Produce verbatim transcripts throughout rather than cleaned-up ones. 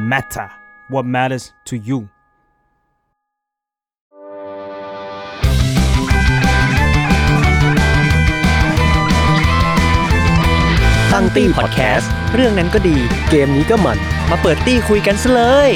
matter what matters to you ตั้งตี้พอดแคสต์เรื่องนั้นก็ดีเกมนี้ก็มันมาเปิดตี้คุยกันซะเลย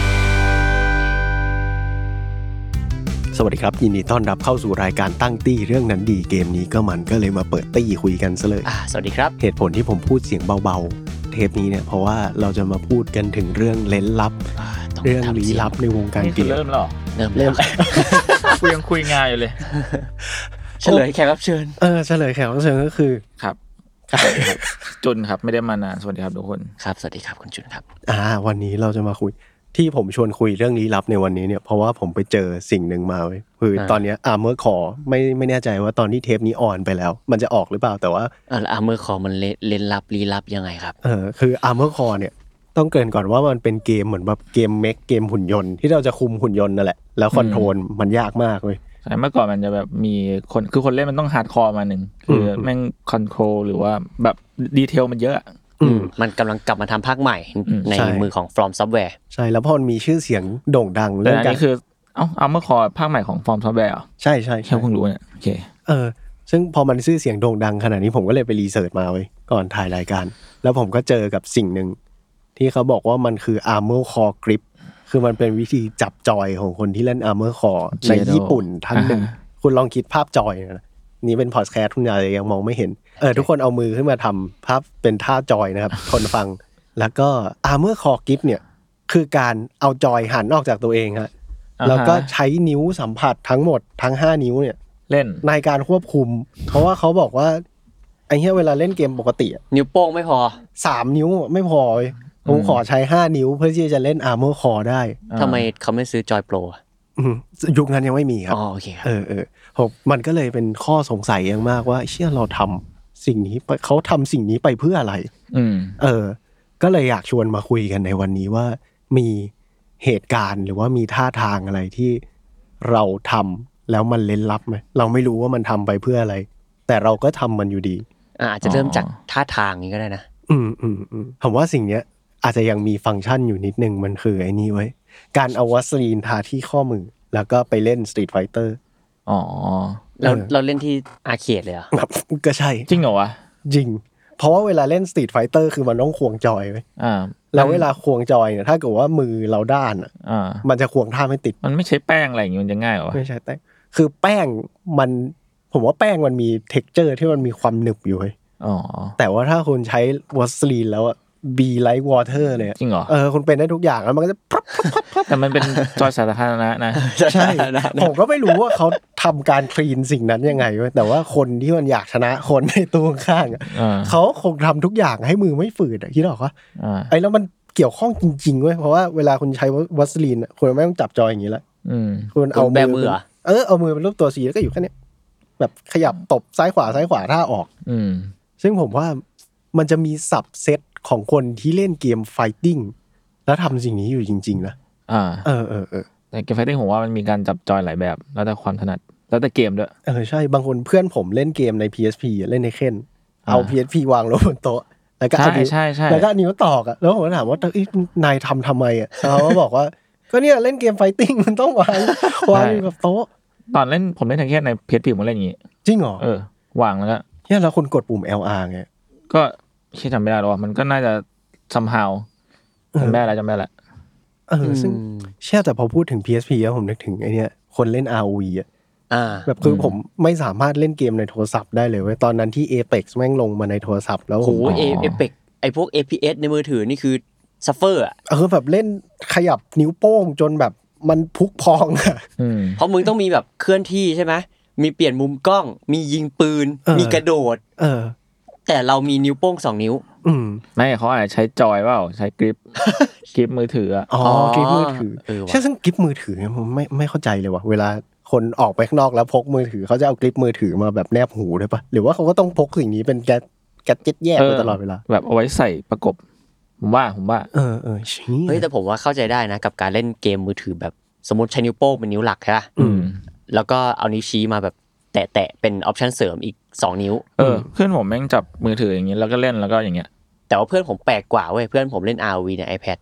สวัสดีครับยินดีต้อนรับเข้าสู่รายการตั้งตี้เรื่องนั้นดีเกมนี้ก็มันก็เลยมาเปิดตี้คุยกันซะเลยอ่าสวัสดีครับเหตุผลที่ผมพูดเสียงเบาๆเทปนี้เนี่ยเพราะว่าเราจะมาพูดกันถึงเรื่องเล้นลับเรื่องลี้ลับในวงการเกมเริ่มแล้วเริ่มเริ่มคุยยังคุยง่ายอยู่เลยเฉลยแขกรับเชิญเออเฉลยแขกรับเชิญก็คือครับจุนครับไม่ได้มานานสวัสดีครับทุกคนครับสวัสดีครับคุณจุนครับอ่าวันนี้เราจะมาคุยที่ผมชวนคุยเรื่องลี้ลับในวันนี้เนี่ยเพราะว่าผมไปเจอสิ่งหนึ่งมาเว้ยคือตอนนี้ Armor Core ไม่ไม่แน่ใจว่าตอนที่เทปนี้ออนไปแล้วมันจะออกหรือเปล่าแต่ว่าเออ Armor Core มันเล่นลับลี้ลับยังไงครับเออคือ Armor Core เนี่ยต้องเกริ่นก่อนว่ามันเป็นเกมเหมือนแบบเกมเมคเกมหุ่นยนต์ที่เราจะคุมหุ่นยนต์นั่นแหละแล้วคอนโทรลมันยากมากเว้ยใช่เมื่อก่อนมันจะแบบมีคนคือคนเล่นมันต้องฮาร์ดคอร์มาหนึ่งคือแม่งคอนโทรลหรือว่าแบบดีเทลมันเยอะอืมมันกำลังกลับมาทำภาคใหม่ในมือของ From Software ใช่แล้วพอมันมีชื่อเสียงโด่งดังเรื่องการนี่คือเอ้า Armor Core ภาคใหม่ของ From Software เหรอใช่ๆๆแค่เพิ่งรู้เนี่ยโอเคเออซึ่งพอมันชื่อเสียงโด่งดังขนาดนี้ผมก็เลยไปรีเสิร์ชมาเว้ยก่อนถ่ายรายการแล้วผมก็เจอกับสิ่งนึงที่เขาบอกว่ามันคือ Armor Core Grip คือมันเป็นวิธีจับจอยของคนที่เล่น Armor Core ในญี่ปุ่นท่านหนึ่งคุณลองคิดภาพจอยนะนี่เป็นพอดแคสต์คุณอาจจะยังมองไม่เห็นเออทุกคนเอามือขึ้นมาทำภาพเป็นท่าจอยนะครับ คนฟังแล้วก็ Armor Core Grip เนี่ยคือการเอาจอยหันออกจากตัวเองฮะแล้วก็ใช้นิ้วสัมผัสทั้งหมดทั้งห้านิ้วเนี่ยเล่นในการควบคุมเพราะว่าเขาบอกว่าไอ้เหี้ยเวลาเล่นเกมปกตินิ้วโป้งไม่พอสามนิ้วไม่พอผมขอใช้ห้านิ้วเพื่อที่จะเล่น Armor Core ได้ทำไมเขาไม่ซื้อจอยโปรอืมยุคนั้นยังไม่มีครับอ๋อโอเคครับเออๆผมมันก็เลยเป็นข้อสงสัยอย่างมากว่าเชี่ยเราทำสิ่งนี้เขาทำสิ่งนี้ไปเพื่ออะไรอืมเออก็เลยอยากชวนมาคุยกันในวันนี้ว่ามีเหตุการณ์หรือว่ามีท่าทางอะไรที่เราทำแล้วมันเล้นลับไหมเราไม่รู้ว่ามันทำไปเพื่ออะไรแต่เราก็ทำมันอยู่ดีอาจจะเริ่มจากท่าทางนี้ก็ได้นะอืมอืมอืมผมว่าสิ่งเนี้ยอาจจะยังมีฟังก์ชันอยู่นิดนึงมันคือไอ้นี่ไว้การเอาวัสลีนทาที่ข้อมือแล้วก็ไปเล่น Street Fighter อ๋อแล้วเราเล่นที่อาร์เคดเลยเหรอก็ใช่จริงเหรอวะจริงเพราะว่าเวลาเล่น Street Fighter คือมันต้องควงจอยไว้อ่าแล้วเวลาควงจอยเนี่ยถ้าเกิดว่ามือเราด้านอ่ะอ่ามันจะควงท่าไม่ติดมันไม่ใช้แป้งอะไรอย่างงี้มันจะง่ายเหรอวะไม่ใช่แป้งคือแป้งมันผมว่าแป้งมันมี texture ที่มันมีความหนึบอยู่เว้ยอ๋อแต่ว่าถ้าคุณใช้วัสลีนแล้วอ่ะbe like water เลยจริงเหรอเออคุณเป็นได้ทุกอย่างแล้วมันก็จะแต่มันเป็นจอยสาธารณะนะใช่ผมก็ไม่รู้ว่าเขาทำการคลีนสิ่งนั้นยังไงเว้ยแต่ว่าคนที่มันอยากชนะคนในตัวข้างเขาคงทำทุกอย่างให้มือไม่ฝืดอ่ะคิดออกปะไอ้แล้วมันเกี่ยวข้องจริงๆเว้ยเพราะว่าเวลาคุณใช้วัสลีนคุณไม่ต้องจับจอยอย่างนี้ละคุณเอามือเออเอามือเป็นรูปตัวสีแล้วก็อยู่แค่นี้แบบขยับตบซ้ายขวาซ้ายขวาท่าออกซึ่งผมว่ามันจะมีสับเซตของคนที่เล่นเกมไฟติ้งแล้วทำสิ่งนี้อยู่จริงๆนะอ่าเออเออเออแต่เกมไฟติ้งผมว่ามันมีการจับจอยหลายแบบแล้วแต่ความถนัดแล้วแต่เกมด้วยเออใช่บางคนเพื่อนผมเล่นเกมใน พี เอส พี เล่นในเค้นเอา พี เอส พี วางลงบนโต๊ะแล้วก็เอานิ้วแล้วก็นิ้วตอกอ่ะแล้วผมก็ถามว่าเอ้ยนายทำทำไมอ่ะเขาก็บอกว่าก็เนี่ยเล่นเกมไฟติ้งมันต้องวางวางกับโต๊ะตอนเล่นผมเล่นในเค้นใน พี เอส พี ผมเล่นอย่างงี้จริงเหรอเออวางแล้วก็เนี่ยแล้วคุณกดปุ่ม แอล อาร์ ไงก็คิดจำไม่ได้หรอกมันก็น่าจะ somehow จำได้แล้วจำได้แล้วเออซึ่งเชื่อแต่พอพูดถึง พี เอส พี แล้วผมนึกถึงไอ้นี่คนเล่น อาร์ โอ วี อ่ะแบบคือผมไม่สามารถเล่นเกมในโทรศัพท์ได้เลยเว้ยตอนนั้นที่ Apex แม่งลงมาในโทรศัพท์แล้วโห Apex ไอ้พวก เอ พี เอส ในมือถือนี่คือซัฟเฟอร์อ่ะเออแบบเล่นขยับนิ้วโป้งจนแบบมันพุกพองอ่ะเพราะมึงต้องมีแบบเคลื่อนที่ใช่ไหมมีเปลี่ยนมุมกล้องมียิงปืนมีกระโดดเออแต่เรามีนิ้วโป้งสองนิ้วอืมไม่เขาอาจจะใช้จอยเปล่าใช้กริปกริปมือถืออ๋อกริปมือถือใช่ซึ่งกริปมือถือเนี่ยผมไม่ไม่เข้าใจเลยว่ะเวลาคนออกไปข้างนอกแล้วพกมือถือเขาจะเอากริปมือถือมาแบบแนบหูได้ปะหรือว่าเขาก็ต้องพกสิ่งนี้เป็นแกแกดเจ็ตแยกไปตลอดเวลาแบบเอาไว้ใส่ประกบผมว่าผมว่าเออเออเฮ้ยแต่ผมว่าเข้าใจได้นะกับการเล่นเกมมือถือแบบสมมติใช้นิ้วโป้งเป็นนิ้วหลักใช่ป่ะแล้วก็เอานิ้วชี้มาแบบแตะๆเป็นออปชั่นเสริมอีกสองนิ้วเออเพื่อนผมแม่งจับมือถืออย่างงี้แล้วก็เล่นแล้วก็อย่างเงี้ยแต่ว่าเพื่อนผมแปลกกว่าเว้ยเพื่อนผมเล่น อาร์ โอ วี ใน iPad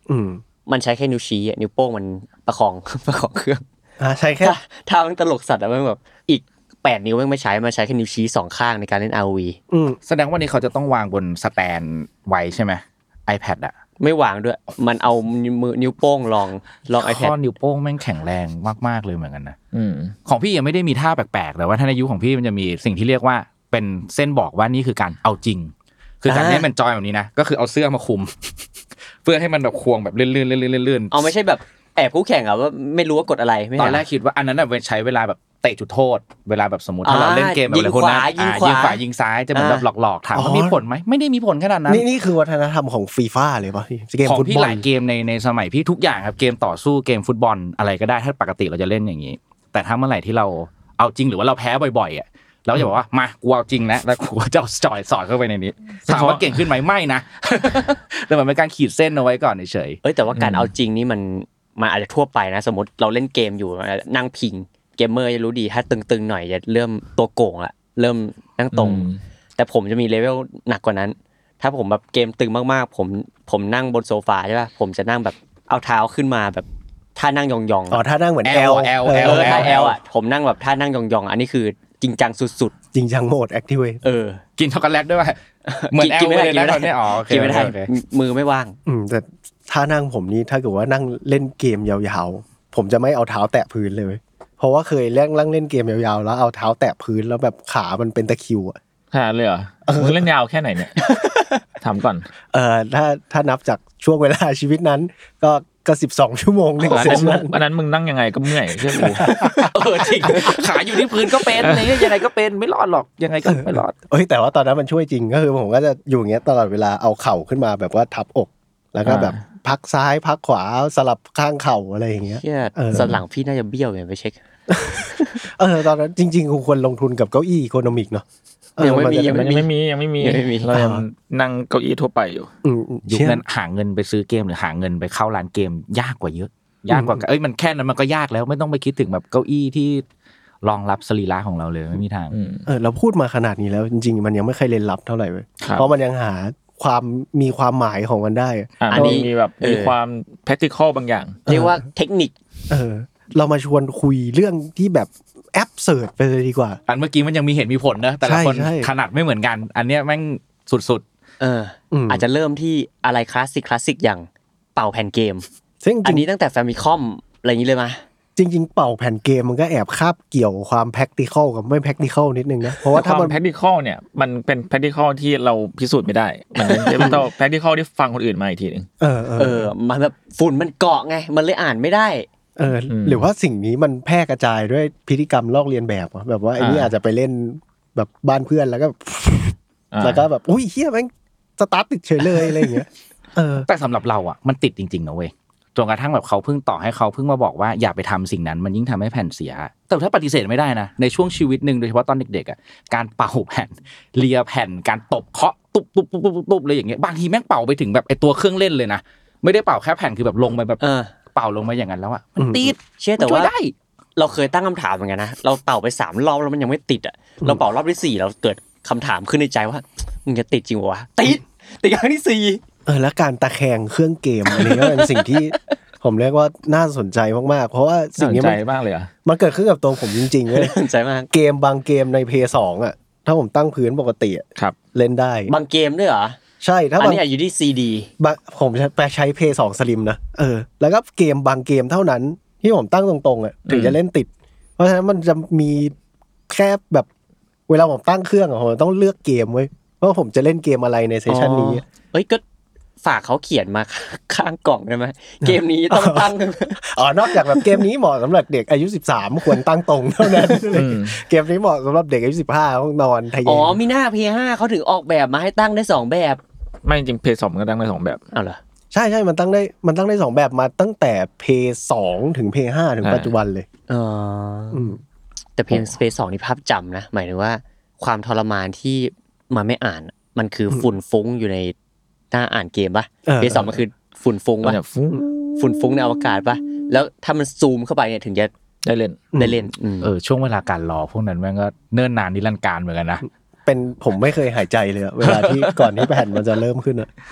อืมมันใช้แค่นิ้วชี้อ่ะนิ้วโป้งมันประคองประคองเครื่องอ่าใช้แค่ถ้ามันตลกสัตว์อ่ะมันแบบอีกแปดนิ้วไม่ใช้มันใช้แค่นิ้วชี้สองข้างในการเล่น อาร์ โอ วีอืมแสดงว่านี่เขาจะต้องวางบนสแตนไว้ใช่ไหม iPad อ่ะไม่วางด้วยมันเอามือนิ้วโป้งลองลอง iPad ข้อนิ้วโป้งแม่งแข็งแรงมากๆเลยเหมือนกันนะของพี่ยังไม่ได้มีท่าแปลกๆแต่ว่าถ้าในยุคของพี่มันจะมีสิ่งที่เรียกว่าเป็นเส้นบอกว่านี่คือการเอาจริงคือการเล่นเป็นจอยแบบนี้นะก็คือเอาเสื้อมาคุมเพื่อให้มันแบบควงแบบเลื่อนๆๆๆๆเอาไม่ใช่แบบแอบคู่แข่งอ่ะว่าไม่รู้ว่ากดอะไรไม่ตอนแรกคิดว่าอันนั้นน่ะใช้เวลาแบบเตะจุดโทษเวลาแบบสมมุติถ้าเราเล่นเกมแบบอะไรพวกนั้นยิงขวายิงซ้ายจะเหมือนแบบหลอกๆถามว่ามีผลมั้ยไม่ได้มีผลขนาดนั้นนี่นี่คือวัฒนธรรมของ FIFA เลยป่ะเกมฟุตบอลของพี่หลายเกมในในสมัยพี่ทุกอย่างครับเกมต่อสู้เกมฟุตบอลอะไรก็ได้ถ้าปกติเราจะเล่นอย่างงี้แต่ถ้าเมื่อไหร่ที่เราเอาจริงหรือว่าเราแพ้บ่อยๆอ่ะเราจะบอกว่ามากูเอาจริงนะแล้วกูจะเอาจอยสอดเข้าไปในนี้ถามว่าเก่งขึ้นมั้ยไม่นะแต่มันเป็นการขีดเส้นเอาไว้ก่อนเฉยๆเอ้ยแต่ว่าการเอาจริงนี่มันมันอาจจะทั่วไปนะสมมติเราเล่นเกมอยู่นั่งพิงเกมเมอร์จะรู้ดีถ้าตึงๆหน่อยจะเริ่มตัวโก่งละเริ่มนั่งตรงแต่ผมจะมีเลเวลหนักกว่านั้นถ้าผมแบบเกมตึงมากๆผมผมนั่งบนโซฟาใช่ป่ะผมจะนั่งแบบเอาเท้าขึ้นมาแบบท่านั่งยองๆอ๋อท่านั่งเหมือน L L L เออท่า L อ่ะผมนั่งแบบท่านั่งยองๆอันนี้คือจริงจังสุดๆจริงจังโหมด activate เออกินช็อกโกแลตด้วยป่ะเหมือน L เลยนะตอนนี้อ๋อโอเคกินไม่ได้มือไม่ว่างอืมแต่ท่านั่งผมนี่ถ้าเกิดว่านั่งเล่นเกมยาวๆผมจะไม่เอาเท้าแตะพื้นเลยเพราะว่าเคยเล่นนั่งเล่นเกมยาวๆแล้วเอาเท้าแตะพื้นแล้วแบบขามันเป็นตะคริวอ่ะขนาดเลยเหรอมึงเล่นยาวแค่ไหนเนี่ยถามก่อนเออถ้าถ้านับจากช่วงเวลาชีวิตนั้นก็ก็สิบสองชั่วโมงนึงเซสชั่นอันนั้นมึงนั่งยังไงก็เมื่อยใช่มั้ยเออจริงขาอยู่ที่พื้นก็เป็นนี่ยังไงก็เป็นไม่รอดหรอกยังไงก็ไม่รอดเอ้ยแต่ว่าตอนนั้นมันช่วยจริงก็คือผมก็จะอยู่อย่างเงี้ยตลอดเวลาเอาเข่าขึ้นมาแบบว่าทับอกแล้วก็แบบพักซ้ายพักขวาสลับข้างเข่าอะไรอย่างเงี้ยเออสันหลังพี่น่าจะเบี้ยวไปเช็คเออตอนนั้นจริงๆคุณควรลงทุนกับเก้าอี้อีโคโนมิกเนาะยังไม่มียังไม่มียังไม่มีเรายังนั่งเก้าอี้ทั่วไปอยู่ยุคนั้นหาเงินไปซื้อเกมหรือหาเงินไปเข้าร้านเกมยากกว่าเยอะยากกว่าเอ้ยมันแค่นั้นมันก็ยากแล้วไม่ต้องไปคิดถึงแบบเก้าอี้ที่รองรับสรีระของเราเลยไม่มีทางเออเราพูดมาขนาดนี้แล้วจริงๆมันยังไม่เคยเล่นลับเท่าไหร่เว้ยเพราะมันยังหาความมีความหมายของมันได้อันนี้มีแบบมีความ practical บางอย่างเรียกว่าเทคนิคเออเรามาชวนคุยเรื่องที่แบบแอปเสิร์ชไปเลยดีกว่าอันเมื่อกี้มันยังมีเหตุมีผลนะแต่ละคนถนัดไม่เหมือนกันอันเนี้ยแม่งสุดๆเอออาจจะเริ่มที่อะไรคลาสสิกคลาสสิกอย่างเป่าแผ่นเกมอันนี้ตั้งแต่ Famicom อะไรอย่างนี้เลยมั้ยจริงๆเป่าแผ่นเกมมันก็แอบคาบเกี่ยวความ practical กับไม่ practical นิดนึงนะเพราะว่าถ้ามัน practical เนี่ยมันเป็น practical ที่เราพิสูจน์ไม่ได้มันเป็น practical ที่ฟังคนอื่นมาอีกทีนึงเออเออมันแบบฝุ่นมันเกาะไงมันเลยอ่านไม่ได้เออหรือว่าสิ่งนี้มันแพร่กระจายด้วยพฤติกรรมลอกเลียนแบบแบบว่าไอ้นี่อาจจะไปเล่นแบบบ้านเพื่อนแล้วก็แล้วก็แบบอุ้ยเหี้ยแม่งสตาร์ทติดเฉยเลยอะไรอย่างเงี้ยเออแต่สำหรับเราอ่ะมันติดจริงๆนะเว้ยจนกระทั่งแบบเขาเพิ่งต่อให้เขาเพิ่งมาบอกว่าอย่าไปทำสิ่งนั้นมันยิ่งทำให้แผ่นเสียแต่ถ้าปฏิเสธไม่ได้นะในช่วงชีวิตนึงโดยเฉพาะตอนเด็กๆอ่ะการเป่าแผ่นเลียแผ่นการตบเคาะตุ๊บๆๆๆเลยอย่างเงี้ยบางทีแม่งเป่าไปถึงแบบไอ้ตัวเครื่องเล่นเลยนะไม่ได้เป่าแค่แผ่นคือแบบลงไปแบบเป่าลงมาอย่างนั้นแล้วอ่ะมันติดเชื่อแต่ว่าเราเคยตั้งคำถามเหมือนกันนะเราเป่าไปสามรอบแล้วมันยังไม่ติดอ่ะเราเป่ารอบที่สี่เราเกิดคำถามขึ้นในใจว่ามึงจะติดจริงวะติดติดครั้งที่สี่เออแล้วการตะแคงเครื่องเกมอันนี้ก็เป็นสิ่งที่ผมเรียกว่าน่าสนใจมากๆเพราะว่าสิ่งนี้มันมากเลยอ่ะมันเกิดขึ้นกับตัวผมจริงๆเว้ยสนใจมากเกมบางเกมใน พี เอส สอง อ่ะถ้าผมตั้งพื้นปกติอ่ะเล่นได้บางเกมด้วยเหรอใช่ถ้าอันนี้อยู่ที่ ซี ดีผมใช้ พี เอส สอง Slim นะเออแล้วก็เกมบางเกมเท่านั้นที่ผมตั้งตรงๆอ่ะถึงจะเล่นติดเพราะฉะนั้นมันจะมีแค่แบบเวลาผมตั้งเครื่องอ่ะผมต้องเลือกเกมเว้ยว่าผมจะเล่นเกมอะไรในเซสชั่นนี้เอ้ยก็ฝากเขาเขียนมาข้างกล่องได้มั้ยเกมนี้ต้องตั้งอ๋อนอกจากแบบเกมนี้เหมาะสำหรับเด็กอายุสิบสามควรตั้งตรงเท่านั้นเกมนี้เหมาะสำหรับเด็กอายุสิบห้าต้องนอนทะเยอ๋อมีหน้า พี ห้า เขาถึงออกแบบมาให้ตั้งได้สองแบบไม่จริง พี เอส สอง มันก็ตั้งได้สองแบบอ้าวเหรอใช่ๆมันตั้งได้มันตั้งได้สองแบบมาตั้งแต่ พี เอส สอง ถึง พี เอส ห้า ถึงปัจจุบันเลยอ๋ออืมแต่ พี เอส สองนี่ภาพจำนะหมายถึงว่าความทรมานที่มันไม่อ่านมันคือฝุ่นฟุ้งอยู่ในหน้าอ่านเกมป่ะ พี เอส สอง มันคือฝุ่นฟุ้งป่ะฝุ่นฟุ้งในอวกาศป่ะแล้วถ้ามันซูมเข้าไปเนี่ยถึงจะได้เล่นได้เล่นเออช่วงเวลาการรอพวกนั้นแม่งก็เนิ่นนานนิรันดร์การเหมือนกันนะเป็นผมไม่เคยหายใจเลยเวลาที่ก่อนที่แผ่นมันจะเริ่มขึ้นอ่ะ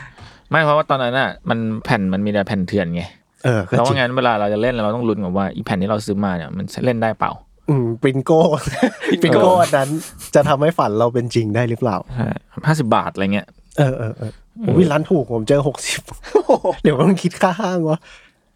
ไม่เพราะว่าตอนนั้นน่ะมันแผ่นมันมีแต่แผ่นเถื่อนไงเออแล้วว่างั้นเวลาเราจะเล่นเราต้องลุ้นกับว่าอีแผ่นที่เราซื้อมาเนี่ยมันเล่นได้เปล่าอืมปริงโก้ปริงโก้อันนั้นจะทำให้ฝันเราเป็นจริงได้หรือเปล่าห้าสิบบาทอะไรเงี้ยเออเออเออผมวิร้านถูกผมเจอหกสิบเดี๋ยวต้องคิดค่าห้างวะ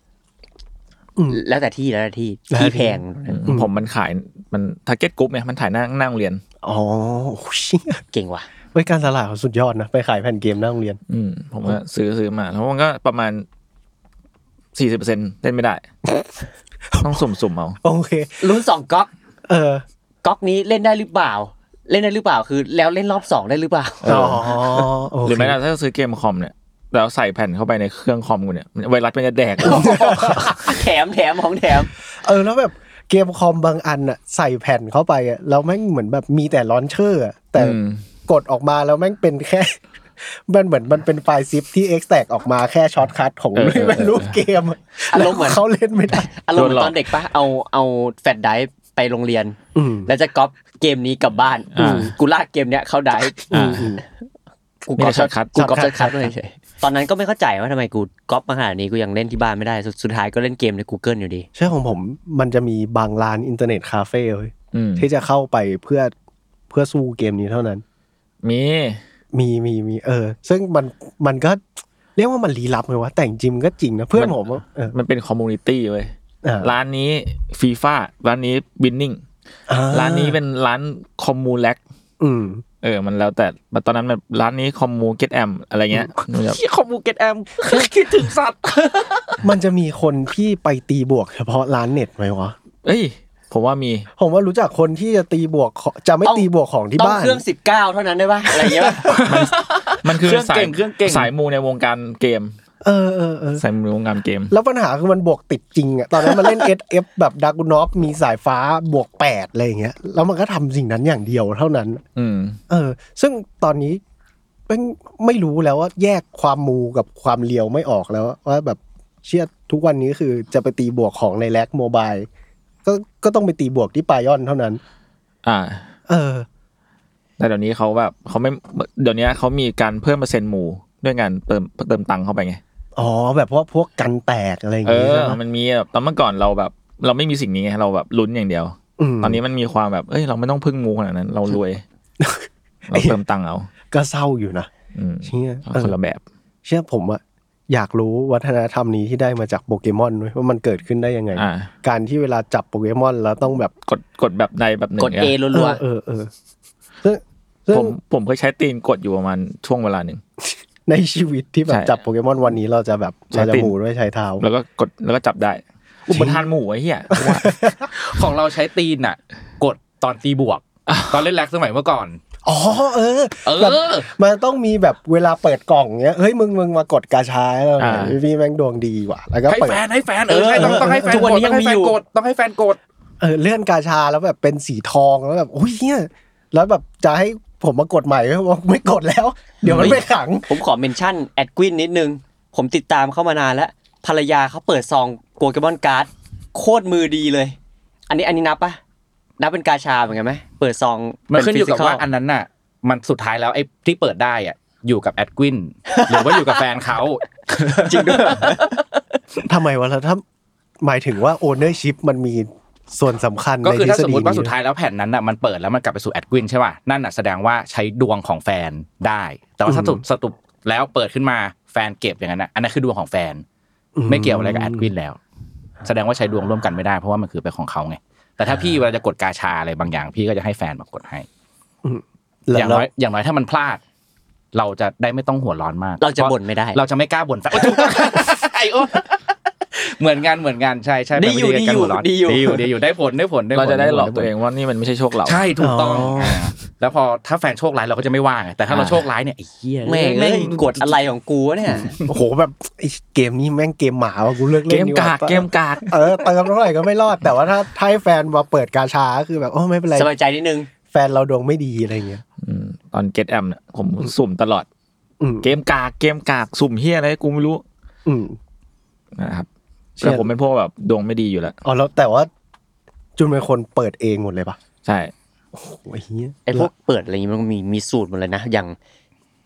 แล้วแต่ที่แล้วแต่ที่ที่แพงผมมันขายมันทาร์เก็ตกรุ๊ปเนี่ยมันถ่ายหน้าหน้าโรงเรียนอ๋อเก่งว่ะเว้ยการตลาดเขาสุดยอดนะไปขายแผ่นเกมหน้าโรงเรียนอืมผมก็ซื้อซื้อมาแล้วมันก็ประมาณ สี่สิบเปอร์เซ็นต์ เล่นไม่ได้ต้องสุ่มๆเอาโอเคลุ้นสองก๊อกเออก๊อกนี้เล่นได้หรือเปล่าเล่นได้หรือเปล่าคือแล้วเล่นรอบสองได้หรือเปล่าอ๋อหรือไม่ถ้าซื้อเกมคอมเนี่ยแล้วใส่แผ่นเข้าไปในเครื่องคอมกูเนี่ยไวรัสมันจะแดกแถมแถมของแถมเออแล้วแบบเกมคอมบางอันอ่ะใส่แผ่นเข้าไปอ่ะแล้วแม่งเหมือนแบบมีแต่ลอนเชอร์อ่ะแต่กดออกมาแล้วแม่งเป็นแค่มันเหมือนมันเป็นไฟล์ซิปที่ extract ออกมาแค่ช็อตคัทของไม่รู้เกมอารมณ์เหมือนเขาเล่นไม่ได้อารมณ์เหมือนตอนเด็กปะเอาเอาแฟลชไดรฟ์ไปโรงเรียนแล้วจะก๊อปเกมนี้กลับบ้านกูลากเกมเนี้ยเข้าไดรฟ์กูก๊อปช็อตคัทกูก๊อปช็อตคัทเลยเฉยตอนนั้นก็ไม่เข้าใจว่าทำไมกูก๊อปมาขนาดนี้กูยังเล่นที่บ้านไม่ได้สุดท้ายก็เล่นเกมใน Google อยู่ดีใช่ของผมมันจะมีบางร้านอินเทอร์เน็ตคาเฟ่เว้ยที่จะเข้าไปเพื่อเพื่อสู้เกมนี้เท่านั้นมีมีมีมีเออซึ่งมันมันก็เรียกว่ามันลี้ลับไหมวะแต่จริงก็จริงนะเพื่อนผมเออมันเป็นคอมมูนิตี้เว้ยร้านนี้ฟีฟ่าร้านนี้วินนิ่งร้านนี้เป็นร้านคอมมูแลกอืมเออมันแล้วแต่ตอนนั้นแบบร้านนี้คอมมูเก็ตแอมอะไรเงี้ยที่คอมมูเก็ตแอมคิดถึงสัตว์มันจะมีคนที่ไปตีบวกเฉพาะร้านเน็ตไหมวะเอ้ยผมว่ามีผมว่ารู้จักคนที่จะตีบวกจะไม่ตีบวกของที่บ้านต้องเครื่องสิบเก้าเท่านั้นได้ป่ะอะไรเงี้ยมันคือสายสายมูในวงการเกมเออเออเออสายมูในวงการเกมแล้วปัญหาคือมันบวกติดจริงอ่ะตอนนั้นมันเล่น เอส เอฟ แบบดากูนอฟมีสายฟ้าบวกแปดอะไรอย่างเงี้ยแล้วมันก็ทำสิ่งนั้นอย่างเดียวเท่านั้นอืมเออซึ่งตอนนี้ไม่รู้แล้วว่าแยกความมูกับความเลียวไม่ออกแล้วว่าแบบเชื่อทุกวันนี้คือจะไปตีบวกของในแล็กโมบายก็ก็ต้องไปตีบวกที่ปายอนเท่านั้นอ่าเออแต่เดี๋ยวนี้เขาแบบเขาไม่เดี๋ยวนี้เขามีการเพิ่มเปอร์เซ็นต์หมู่ด้วยการเติมเติมตังค์เข้าไปไงอ๋อแบบว่าพวกกันแตกอะไรอย่างเงี้ยเออมันมีแบบตอนเมื่อก่อนเราแบบเราไม่มีสิ่งนี้ไงเราแบบลุ้นอย่างเดียวตอนนี้มันมีความแบบเอ้ยเราไม่ต้องพึ่งหมู่ขนาดนั้นเรารวยเราเติมตังค์เอาก็เศร้าอยู่นะเชี่ยคนละแบบเชื่อผมอะอยากรู้วัฒนธรรมนี้ที่ได้มาจากโปเกมอนว่ามันเกิดขึ้นได้ยังไงการที่เวลาจับโปเกมอนแล้วต้องแบบกดกดแบบใดแบบหนึ่งกด A รัวๆเออเออผมผมเคยใช้ตีนกดอยู่ประมาณช่วงเวลาหนึ่งในชีวิตที่แบบจับโปเกมอนวันนี้เราจะแบบเราจะหมู่ด้วยใช้เท้าแล้วก็กดแล้วก็จับได้อุปทานหมู่ไอ้เหี้ยของเราใช้ตีนน่ะกดตอนตีบวกตอนเล่นแร็กสมัยเมื่อก่อนอ๋อเออแบบมันต้องมีแบบเวลาเปิดกล่องเงี้ยเฮ้ยมึงมึงมากดกาชาแล้วพี่แม่งดวงดีกว่าแล้วก็เปิดให้แฟนให้แฟนเออใช่ต้องต้องให้แฟนกดต้องให้แฟนกดต้องให้แฟนกดเออเลื่อนกาชาแล้วแบบเป็นสีทองแล้วแบบโอ้ยเหี้ยแล้วแบบจะให้ผมมากดใหม่ก็บอกไม่กดแล้วเดี๋ยวมันไปขังผมขอเมนชั่นแอดกวินนิดนึงผมติดตามเข้ามานานแล้วภรรยาเขาเปิดซองโปเกมอนการ์ดโคตรมือดีเลยอันนี้อันนี้นับปะนับเป็นกาชาเหมือนกันไหมเปิดซองมันขึ้นอยู่กับว่าอันนั้นน่ะมันสุดท้ายแล้วไอ้ที่เปิดได้อ่ะอยู่กับแอดกวินหรือว่าอยู่กับแฟนเขาจริงด้วยทำไมวะแล้วถ้าหมายถึงว่าโอเนอร์ชิพมันมีส่วนสำคัญก็คือถ้าสมมติว่าสุดท้ายแล้วแผ่นนั้นน่ะมันเปิดแล้วมันกลับไปสู่แอดกวินใช่ป่ะนั่นน่ะแสดงว่าใช้ดวงของแฟนได้แต่ว่าถ้าสรุปสรุปแล้วเปิดขึ้นมาแฟนเก็บอย่างนั้นน่ะอันนั้นคือดวงของแฟนไม่เกี่ยวอะไรกับแอดกวินแล้วแสดงว่าใช้ดวงร่วมกันไม่ได้เพราะว่ามันคือเป็นของเขาไงแต่ถ้าพี่เวลาจะกดกาชาอะไรบางอย่างพี่ก็จะให้แฟนมากดให้อย่างน้อยอย่างน้อยถ้ามันพลาดเราจะได้ไม่ต้องหัวร้อนมากเราจะบ่นไม่ได้เราจะไม่กล้าบ่นแฟนไอ้โอ้เหมือนกันเหมือนกันใช่ใช่ดีอยู่ดีอยู่ดีอยู่ดีอยู่ดีอยู่ได้ผลได้ผลเราจะได้หลอกตัวเองว่านี่มันไม่ใช่โชคเราใช่ถูกต้องแล้วพอถ้าแฟนโชคร้ายเราก็จะไม่ว่าไงแต่ถ้าเราโชคร้ายเนี่ยไอ้เหี้ยแม่งแม่งกดอะไรของกูเนี่ยโอ้โหแบบไอ้เกมนี้แม่งเกมหมาว่ะกูเลิกเล่นนี่ว่ะเกมกากเกมกากเออเติมเท่าไหร่ก็ไม่รอดแต่ว่าถ้าถ้าให้แฟนมาเปิดกาชาคือแบบโอ้ไม่เป็นไรสบายใจนิดนึงแฟนเราดวงไม่ดีอะไรเงี้ยตอน Get Am เนี่ยผมสุ่มตลอดเกมกากเกมกากสุ่มเหี้ยอะไรกูไม่รู้นะครับแต่ผมเป็นพวกแบบดวงไม่ดีอยู่แล้วอ๋อแล้วแต่ว่าจุนเป็นคนเปิดเองหมดเลยปะใช่โอ้โหเฮียไอพวกเปิดอะไรอย่างงี้มันมีมีสูตรหมดเลยนะอย่าง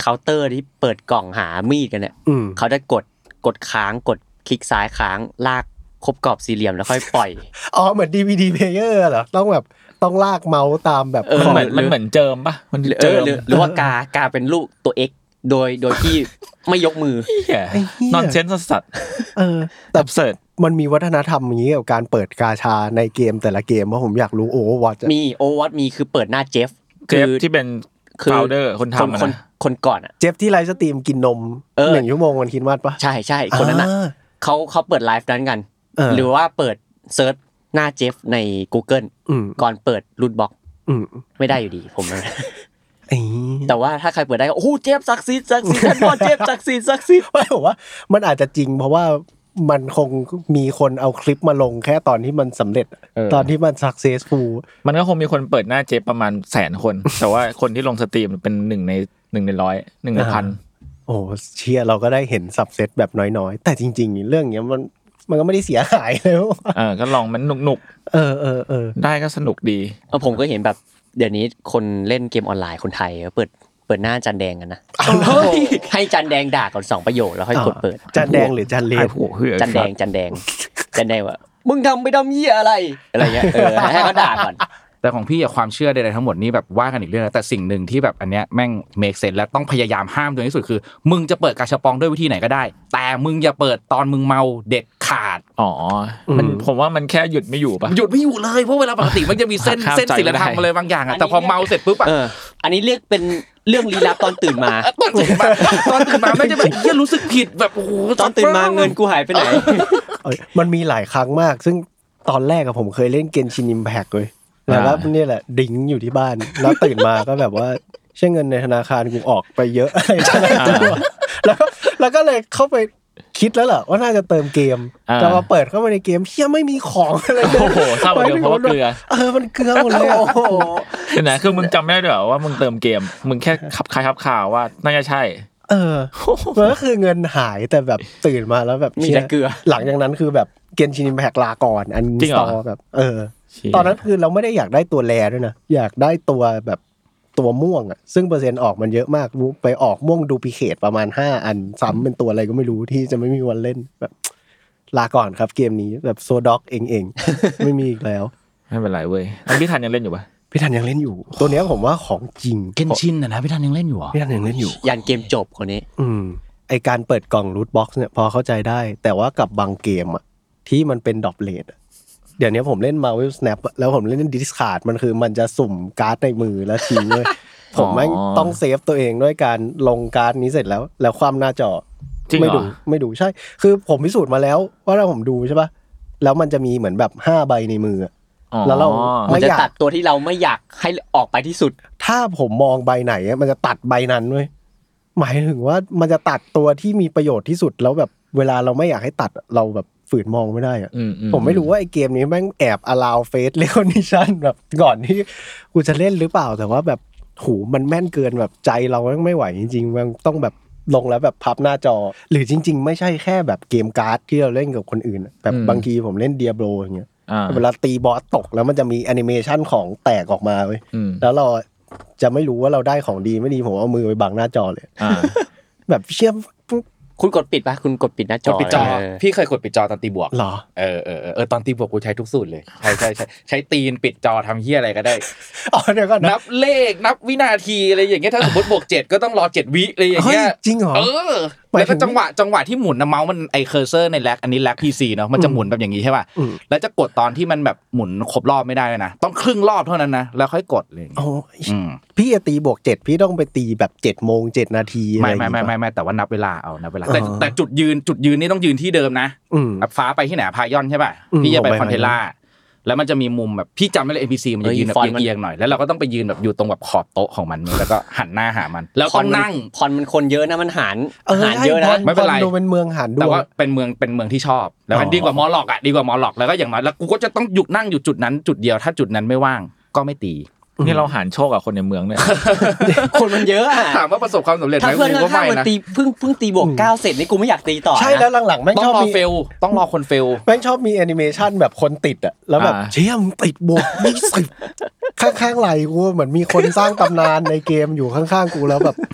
เคาน์เตอร์ที่เปิดกล่องหามีดกันเนี่ยเขาจะกดกดค้างกดคลิกซ้ายค้างลากครบกรอบสี่เหลี่ยมแล้วค่อยปล่อยอ๋อเหมือน ดี วี ดี player เหรอต้องแบบต้องลากเมาส์ตามแบบมันเหมือนมันเหมือนเจิมป่ะมันเจิมหรือว่ากากาเป็นลูกตัว X โดยโดยที่ไม่ยกมือนอนเซนส์สัตว์เออแต่เสิร์ชมันมีวัฒนธรรมอย่างนี้กับการเปิดกาชาในเกมแต่ละเกมเพราะผมอยากรู้โอเวอร์วอทมีโอเวอร์วอทมีคือเปิดหน้าเจฟเจฟที่เป็นฟาวเดอร์คนทำคนคนก่อนอ่ะเจฟที่ไลฟ์สตรีมกินนมหนึ่งชั่วโมงวันคิดวัดปะใช่ใช่คนนั้นอ่ะเขาเขาเปิดไลฟ์นั้นกันหรือว่าเปิดเซิร์ชหน้าเจฟใน Google ก่อนเปิดรูทบ็อกไม่ได้อยู่ดีผมแต่ว่าถ้าใครเปิดได้ก็โอ้เจฟศักดิ์สิทธิ์ศักดิ์สิทธิ์ท่านพ่อเจฟศักดิ์สิทธิ์ศักดิ์สิทธิ์ไม่บอกว่ามันอาจจะจริงเพราะว่ามันคงมีคนเอาคลิปมาลงแค่ตอนที่มันสำเร็จตอนที่มัน successful มันก็คงมีคนเปิดหน้าเจฟประมาณแสนคนแต่ว่าคนที่ลงสตรีมเป็นหนึ่งในหนึ่งในร้อยหนึ่งในพันโอ้เชียร์เราก็ได้เห็นซับเซตแบบน้อยๆแต่จริงๆเรื่องเนี้ยมันมันก็ไม่ได้เสียหายแล้วเออก็ลองมันหนุกๆเออเออเออได้ก็สนุกดีเออผมก็เห็นแบบเดี๋ยวนี้คนเล่นเกมออนไลน์คนไทยเปิดเปิดหน้าจันแดงกันนะให้จันแดงด่าก่อนสองประโยคแล้วค่อยกดเปิดจันแดงหรือจันเลวจันแดงจันแดงจันแดงว่ามึงทำไปทำเหี้ยอะไรอะไรเงี้ยเออให้เขาด่าก่อนแต่ของพี่อะความเชื่อใดๆทั้งหมดนี้แบบว่ากันอีกเรื่องแต่สิ่งหนึ่งที่แบบอันเนี้ยแม่งเมคเซนส์และต้องพยายามห้ามตัวที่สุดคือมึงจะเปิดกาชาปองด้วยวิธีไหนก็ได้แต่มึงอย่าเปิดตอนมึงเมาเด็ดขาดอ๋อมันผมว่ามันแค่หยุดไม่อยู่ป่ะหยุดไม่อยู่เลยเพราะเวลาปกติมันจะมีเส้นเส้นศีลธรรมอะไรบางอย่างอะแต่พอเมาเสร็จปุ๊บอะอันนี้เรียกเป็นเรื่องลี้ลับตอนตื่นมาตอนตื่นมาตอนตื่นมาไม่จะแบบเหี้ยรู้สึกผิดแบบโอ้โหตอนตื่นมาเงินกูหายไปไหนมันมีหลายครั้งมากซึ่งตอนแรกอะผมเคยเล่นเกนชิน Impact เลยแล้วก็นี่แหละดิ้งอยู่ที่บ้านแล้วตื่นมาก็แบบว่าใช้เงินในธนาคารกูออกไปเยอะอะไรใช่ไหมแล้วก็แล้วก็เลยเข้าไปคิดแล้วเหรอว่าน่าจะเติมเกมแต่พอเปิดเข้ามาในเกมเฮียไม่มีของอะไรเลยโอ้โหเศร้าเลยเพราะเกลือเออมันเกลือหมดเลยโอ้โหคือนะคือมึงจำไม่ได้ด้วยว่ามึงเติมเกมมึงแค่ขับใครขับข่าวว่าน่าจะใช่เออมันก็คือเงินหายแต่แบบตื่นมาแล้วแบบมีแต่เกลือหลังจากนั้นคือแบบเกนชิน Impact ลาก่อนอันสตอร์แบบเออตอนนั้นคือเราไม่ได้อยากได้ตัวแรด้วยนะอยากได้ตัวแบบตัวม่วงอ่ะซึ่งเปอร์เซ็นต์ออกมันเยอะมากไปออกม่วงดูพิเคทประมาณห้าอันซ้ำเป็นตัวอะไรก็ไม่รู้ที่จะไม่มีวันเล่นแบบลาก่อนครับเกมนี้แบบโซด็อกเองเองไม่มีอีกแล้วไม่เป็นไรเว้ยอันพี่ทันยังเล่นอยู่ปะพี่ทันยังเล่นอยู่ตัวเนี้ยผมว่าของจริงเกนชินนะพี่ทันยังเล่นอยู่พี่ทันยังเล่นอยู่ยันเกมจบคนนี้อืมไอการเปิดกล่องรูทบ็อกซ์เนี่ยพอเข้าใจได้แต่ว่ากับบางเกมอ่ะที่มันเป็นดรอปเรทเดี๋ยวนี้ผมเล่น Marvel Snap แล้วผมเล่น Discard มันคือมันจะสุ่มการ์ดในมือแล้วทิ้งเลยผมแม่งต้องเซฟตัวเองด้วยการลงการ์ดนี้เสร็จแล้วแล้วคว่ำหน้าจอไม่ดูไม่ดูใช่คือผมพิสูจน์มาแล้วว่าถ้าผมดูใช่ป่ะแล้วมันจะมีเหมือนแบบห้าใบในมือแล้วเราไม่อยากตัดตัวที่เราไม่อยากให้ออกไปที่สุดถ้าผมมองใบไหนมันจะตัดใบนั้นเว้ยหมายถึงว่ามันจะตัดตัวที่มีประโยชน์ที่สุดแล้วแบบเวลาเราไม่อยากให้ตัดเราแบบฝืนมองไม่ได้อะผมไม่รู้ว่าไอ้เกมนี้แม่งแอบ allow face recognition แบบก่อนที่กูจะเล่นหรือเปล่าแต่ว่าแบบหูมันแม่นเกินแบบใจเราไม่ไหวจริงๆมันต้องแบบลงแล้วแบบพับหน้าจอหรือจริงๆไม่ใช่แค่แบบเกมการ์ดที่เราเล่นกับคนอื่นแบบบางทีผมเล่น Diablo อย่างเงี้ยเวลาตีบอสตกแล้วมันจะมีแอนิเมชันของแตกออกมาเว้ยแล้วเราจะไม่รู้ว่าเราได้ของดีไม่ดีผมเอามือไปบังหน้าจอเลยแบบเชื่อคุณกดปิดป่ะคุณกดปิดหน้าจอปิดจอพี่เคยกดปิดจอตอนตีบวกเหรอเออเออเออตอนตีบวกกูใช้ทุกสูตรเลยใช่ใช่ใช่ใช้ตีนปิดจอทำเหี้ยอะไรก็ได้อ๋อเดี๋ยวก่อนนับเลขนับวินาทีอะไรอย่างเงี้ยถ้าสมมติบวกเจ็ดก็ต้องรอเจ็ดวิอะไรอย่างเงี้ยจริงเหรอเออแล้วก็จังหวะจังหวะที่หมุนนะเมาส์มันไอเคอร์เซอร์ในแล็กอันนี้แล็ก พี ซี เนาะมันจะหมุนแบบอย่างงี้ใช่ป่ะแล้วจะกดตอนที่มันแบบหมุนครบรอบไม่ได้นะต้องครึ่งรอบเท่านั้นนะแล้วค่อยกดเลยอ๋อพี่จะตีบวกเจ็ดพี่ต้องไปตีแบบเจ็ดโมงเจ็ดนาทีอะไรไม่ไม่ไม่ไม่แต่ว่านับเวลาเอานับเวลาแต่แต่จุดยืนจุดยืนนี่ต้องยืนที่เดิมนะแบบฟ้าไปที่ไหนพายอนใช่ป่ะพี่จะไปคอนเทล่าแล้วมันจะมีมุมแบบพี่จำไม่ได้ เอ็น พี ซี มันจะยืนแบบเอียงๆหน่อยแล้วเราก็ต้องไปยืนแบบอยู่ตรงแบบขอบโต๊ะของมันแล้วก็หันหน้าหามันแล้วต้องนั่งพรมันคนเยอะนะมันหารหารเยอะนะไม่เป็นไรดูเป็นเมืองหารด้วยแต่ว่าเป็นเมืองเป็นเมืองที่ชอบแล้วมันดีกว่ามอลล็อกอ่ะดีกว่ามอลล็อกแล้วก็อย่างน้อยแล้วกูก็จะต้องหยุดนั่งอยู่จุดนั้นจุดเดียวถ้าจุดนั้นไม่ว่างก็ไม่ตีนี่เราหารโชคกับคนในเมืองเนี่ยคนมันเยอะอ่ะถามว่าประสบความสำเร็จไหมถ้าเพื่อนข้างๆมันตีเพิ่งเพิ่งตีบวกเก้าเสร็จนี่กูไม่อยากตีต่อใช่แล้วหลังๆแม่งชอบมีเฟลต้องรอคนเฟลแม่งชอบมีแอนิเมชันแบบคนติดอ่ะแล้วแบบเชี่ยมติดบวกยี่สิบข้างๆไหลกูเหมือนมีคนสร้างตำนานในเกมอยู่ข้างๆกูแล้วแบบ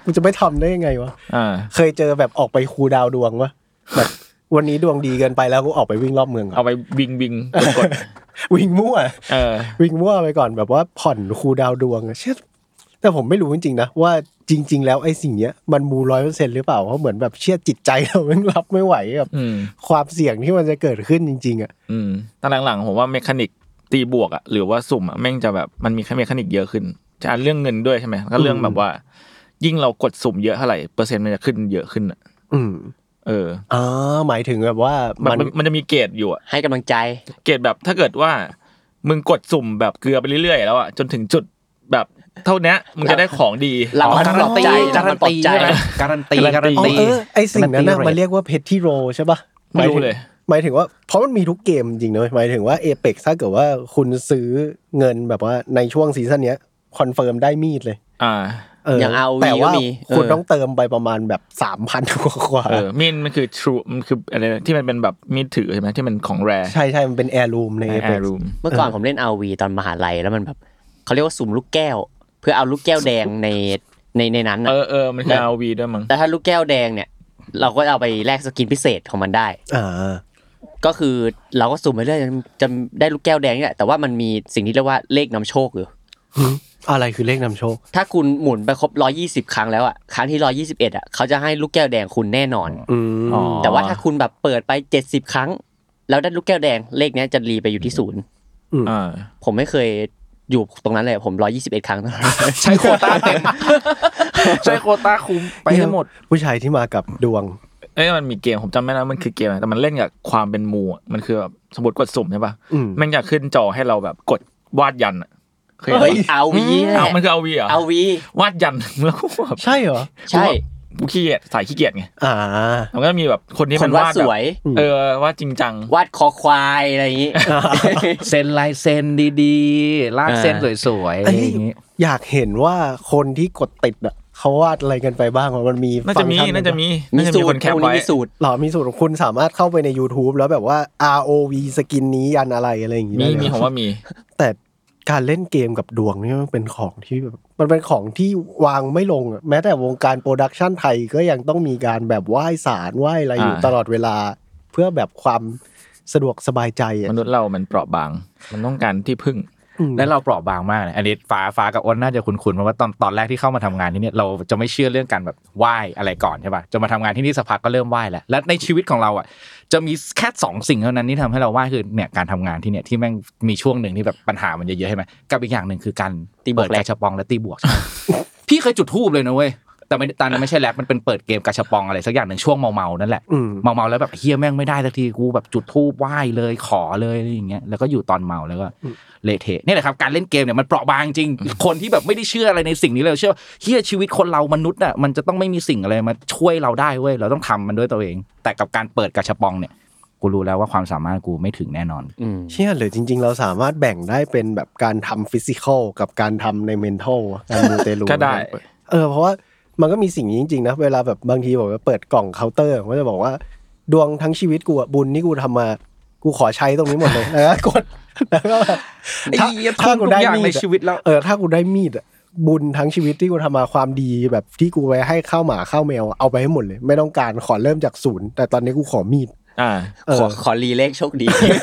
กูจะไม่ทำได้ยังไงวะเคยเจอแบบออกไปคูลดาวน์ดวงวะแบบวันนี้ดวงดีเกินไปแล้วกูออกไปวิ่งรอบเมืองเอาไปวิ่งวิ่งกดวิ่งมั่วเออวิ่งมั่วไปก่อนแบบว่าผ่อนคูลดาวน์ดวงเช่นแต่ผมไม่รู้จริงๆนะว่าจริงๆแล้วไอ้สิ่งเนี้ยมันมู ร้อยเปอร์เซ็นต์ หรือเปล่าเพราะเหมือนแบบเชื่อจิตใจเราไม่รับไม่ไหวกับความเสี่ยงที่มันจะเกิดขึ้นจริงๆอ่ะอืมตอนหลังๆผมว่าเมคานิกตีบวกอ่ะหรือว่าสุ่มอ่ะแม่งจะแบบมันมีแค่เมคานิกเยอะขึ้นจะเรื่องเงินด้วยใช่มั้ยก็เรื่องแบบว่ายิ่งเรากดสุ่มเยอะเท่าไหร่เปอร์เซ็นต์มันจะขึ้นเยอะขึ้นอ่ะอืมเอออ๋อหมายถึงแบบว่ามันมันจะมีเกรดอยู่อ่ะให้กำลังใจเกรดแบบถ้าเกิดว่ามึงกดสุ่มแบบเกลือไปเรื่อยๆแล้วอ่ะจนถึงจุดแบบเท่านี้มึงจะได้ของดีเราการันตีการันตีใช่มั้ยการันตีการันตีเออไอ้สิ่งนั้นน่ะมันเรียกว่าเพชรที่โรใช่ป่ะไม่รู้เลยหมายถึงว่าเพราะมันมีทุกเกมจริงๆนะหมายถึงว่า Apex ถ้าเกิดว่าคุณซื้อเงินแบบว่าในช่วงซีซั่นเนี้ยคอนเฟิร์มได้มีดเลยอ่าอย่าง อาร์ โอ วีแต่ว่าก็มีคุณต้องเติมไปประมาณแบบ สามพัน กว่าเออมีดมันคือ true มันคืออะไรที่มันเป็นแบบมีดถือใช่มั้ยที่มันของแรใช่ๆมันเป็น Heirloom ใน Apex เมื่อก่อนผมเล่น อาร์ โอ วี ตอนมหาลัยแล้วมันแบบเค้าเรียกว่าสุ่มลูกแก้วเพื่อเอาลูกแก้วแดงในในในนั้นน่ะเออๆมันคือ อาร์ โอ วี ด้วยมั้งแต่ถ้าลูกแก้วแดงเนี่ยเราก็เอาไปแลกสกินพิเศษของมันได้อ่าก็คือเราก็สุ่มไปเรื่อยจะได้ลูกแก้วแดงนี่แหละแต่ว่ามันมีสิ่งที่เรียกว่าเลขนำโชคอยู่อะไรคือเลขนำโชคถ้าคุณหมุนไปครบหนึ่งร้อยยี่สิบครั้งแล้วอ่ะครั้งที่หนึ่งร้อยยี่สิบเอ็ดอ่ะเขาจะให้ลูกแก้วแดงคุณแน่นอนอ๋อแต่ว่าถ้าคุณแบบเปิดไปเจ็ดสิบครั้งแล้วได้ลูกแก้วแดงเลขนี้จะรีไปอยู่ที่ศูนย์อ่าผมไม่เคยอยู่ตรงนั้นเลยผมหนึ่งร้อยยี่สิบเอ็ดครั้งใช้โควต้าเต็มใช้โควต้าคุ้มไปให้หมดผู้ชายที่มากับดวงเอ้ยมันมีเกมผมจำไม่ได้มันคือเกมแต่มันเล่นกับความเป็นหมู่มันคือแบบสมมุติกดสุ่มใช่ป่ะแม่งจะขึ้นจอให้เราแบบกดวาดยันเคยเฮ้ย อาร์ โอ วีเอามันคือ อาร์ โอ วี เหรออาร์ โอ วีวาดยันแล้วก็แบบใช่เหรอใช่กูขี้เกียจสายขี้เกียจไงอ่ามันก็มีแบบคนที่มันวาดแบบเออวาดจริงจังวาดคอควายอะไรอย่างงี้เซ็นลายเซ็นดีๆลากเส้นสวยๆอะไรอย่างงี้อยากเห็นว่าคนที่กดติดอ่ะเขาวาดอะไรกันไปบ้างมันมีน่าจะมีน่าจะมีมีสูตรแคปไว้มีสูตรหรอมีสูตรของคุณสามารถเข้าไปใน YouTube แล้วแบบว่า อาร์ โอ วี สกินนี้ยันอะไรอะไรอย่างงี้มีมีผมว่ามีแต่การเล่นเกมกับดวงนี่มันเป็นของที่แบบมันเป็นของที่วางไม่ลงอ่ะแม้แต่วงการโปรดักชันไทยก็ยังต้องมีการแบบไหว้ศาลไหว้อะไรอยู่ตลอดเวลาเพื่อแบบความสะดวกสบายใจอ่ะมนุษย์เรามันเปราะบางมันต้องการที่พึ่งและเราเปราะบางมากเลยอันนี้ฟ้าฟ้ากับอ้นน่าจะคุ้นๆเพราะว่าตอนตอนแรกที่เข้ามาทำงานที่นี่เราจะไม่เชื่อเรื่องการแบบไหว้อะไรก่อนใช่ป่ะจะมาทำงานที่นี่สักพักก็เริ่มไหว้แล้วและในชีวิตของเราอ่ะจะมีแค่สองสิ่งเท่านั้นที่ทำให้เราไหว้คือเนี่ยการทำงานที่เนี่ยที่แม่งมีช่วงนึงที่แบบปัญหามันเยอะๆใช่มั้ยกับอีกอย่างนึงคือการตีบวกกระชับปองและตีบวกใช่พี่เคยจุดธูปเลยนะเว้ยแต่ไม่ตอนนั้นไม่ใช่แรปมันเป็นเปิดเกมกระชับปองอะไรสักอย่างนึงช่วงเมาๆนั่นแหละเมาๆแล้วแบบเฮียแม่งไม่ได้สักทีกูแบบจุดธูปไหว้เลยขอเลยอะไรอย่างเงี้ยแล้วก็อยู่ตอนเมาแล้วก็เละเทะนี่แหละครับการเล่นเกมเนี่ยมันเปราะบางจริงคนที่แบบไม่ได้เชื่ออะไรในสิ่งนี้เลยเชื่อเฮียชีวิตคนเรามนุษย์อ่ะมันจะต้องไม่มีสิ่งอะไรมาช่วยเราได้เว้ยเราต้องทำมันด้วยตัวเองแต่กับการเปิดกระชับปองเนี่ยกูรู้แล้วว่าความสามารถกูไม่ถึงแน่นอนเชื่อหรือจริงๆเราสามารถแบ่งได้เป็นแบบการทำฟิสิคอลกับการทำในเมนทัลการมูเตลูก็ได้เออเพราะว่ามันก็มีสิ่งนี้จริงๆนะเวลาแบบบางทีบอกว่าเปิดกล่องเคาน์เตอร์ก็จะบอกว่าดวงทั้งชีวิตกูอ่ะบุญที่กูทำมากูขอใช้ตรงนี้หมดเลยแล้วกดแล้วก็แบบถ้าถ้ากูได้มีดในชีวิตแล้วเออถ้ากูได้มีดอ่ะบุญทั้งชีวิตที่กูทำมาความดีแบบที่กูไว้ให้ข้าวหมาข้าวแมวเอาไปให้หมดเลยไม่ต้องการขอเริ่มจากศูนย์แต่ตอนนี้กูขอมีดอ่าขอขอรีเลขโชคดี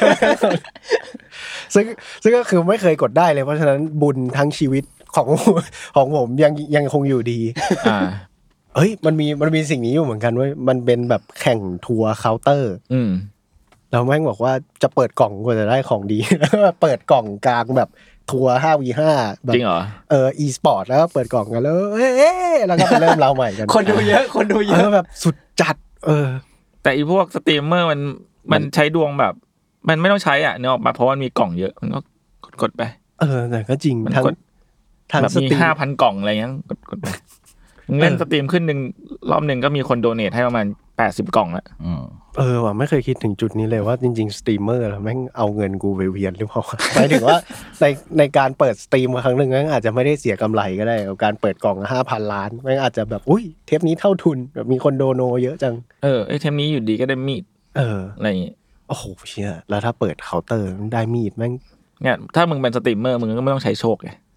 ซึ่งซึ่งก็คือไม่เคยกดได้เลยเพราะฉะนั้นบุญทั้งชีวิตของของผมยังยังคงอยู่ดีอ่าเฮ้ยมันมีมันมีสิ่งนี้อยู่เหมือนกันเว้ยมันเป็นแบบแข่งทัวร์เคาน์เตอร์อืมแล้วแม่งบอกว่าจะเปิดกล่องกว่าจะได้ของดีเปิดกล่องกลางแบบทัวร์ ห้า วี ห้า แบบจริงเหรอเออ e-sport แล้วเปิดกล่องกันแล้วเอ๊ะแล้วก็ไปเริ่มเล่าใหม่กันคนดูเยอะคนดูเยอะแบบสุดจัดเออแต่อีพวกสตรีมเมอร์มันมันใช้ดวงแบบมันไม่ต้องใช้อ่ะเนาะเพราะมันมีกล่องเยอะมันก็กดๆไปเออแต่ก็จริงทั้งทั้งแบบมี ห้าพัน กล่องอะไรเงี้ยกดๆไปเล่นสตรีมขึ้นนึงรอบนึงก็มีคนโดเนทให้ประมาณแปดสิบกล่องแล้วเออว่ะไม่เคยคิดถึงจุดนี้เลยว่าจริงๆสตรีมเมอร์แม่งเอาเงินกูไปเวียนหรือเปล่าหมายถึงว่าในในการเปิดสตรีมครั้งนึงแม่งอาจจะไม่ได้เสียกำไรก็ได้กับการเปิดกล่อง ห้าพัน ล้านแม่งอาจจะแบบอุ้ยเทปนี้เท่าทุนแบบมีคนโดโนเยอะจังเออไอ้เทปนี้อยู่ดีก็ได้มีดเอออะไรอย่างเงี้ยโอ้โหเชี่ยแล้วถ้าเปิดเคาน์เตอร์ได้มีดแม่งเนี่ยถ้ามึงเป็นสตรีมเมอร์มึงก็ไม่ต้องใช้โชคไง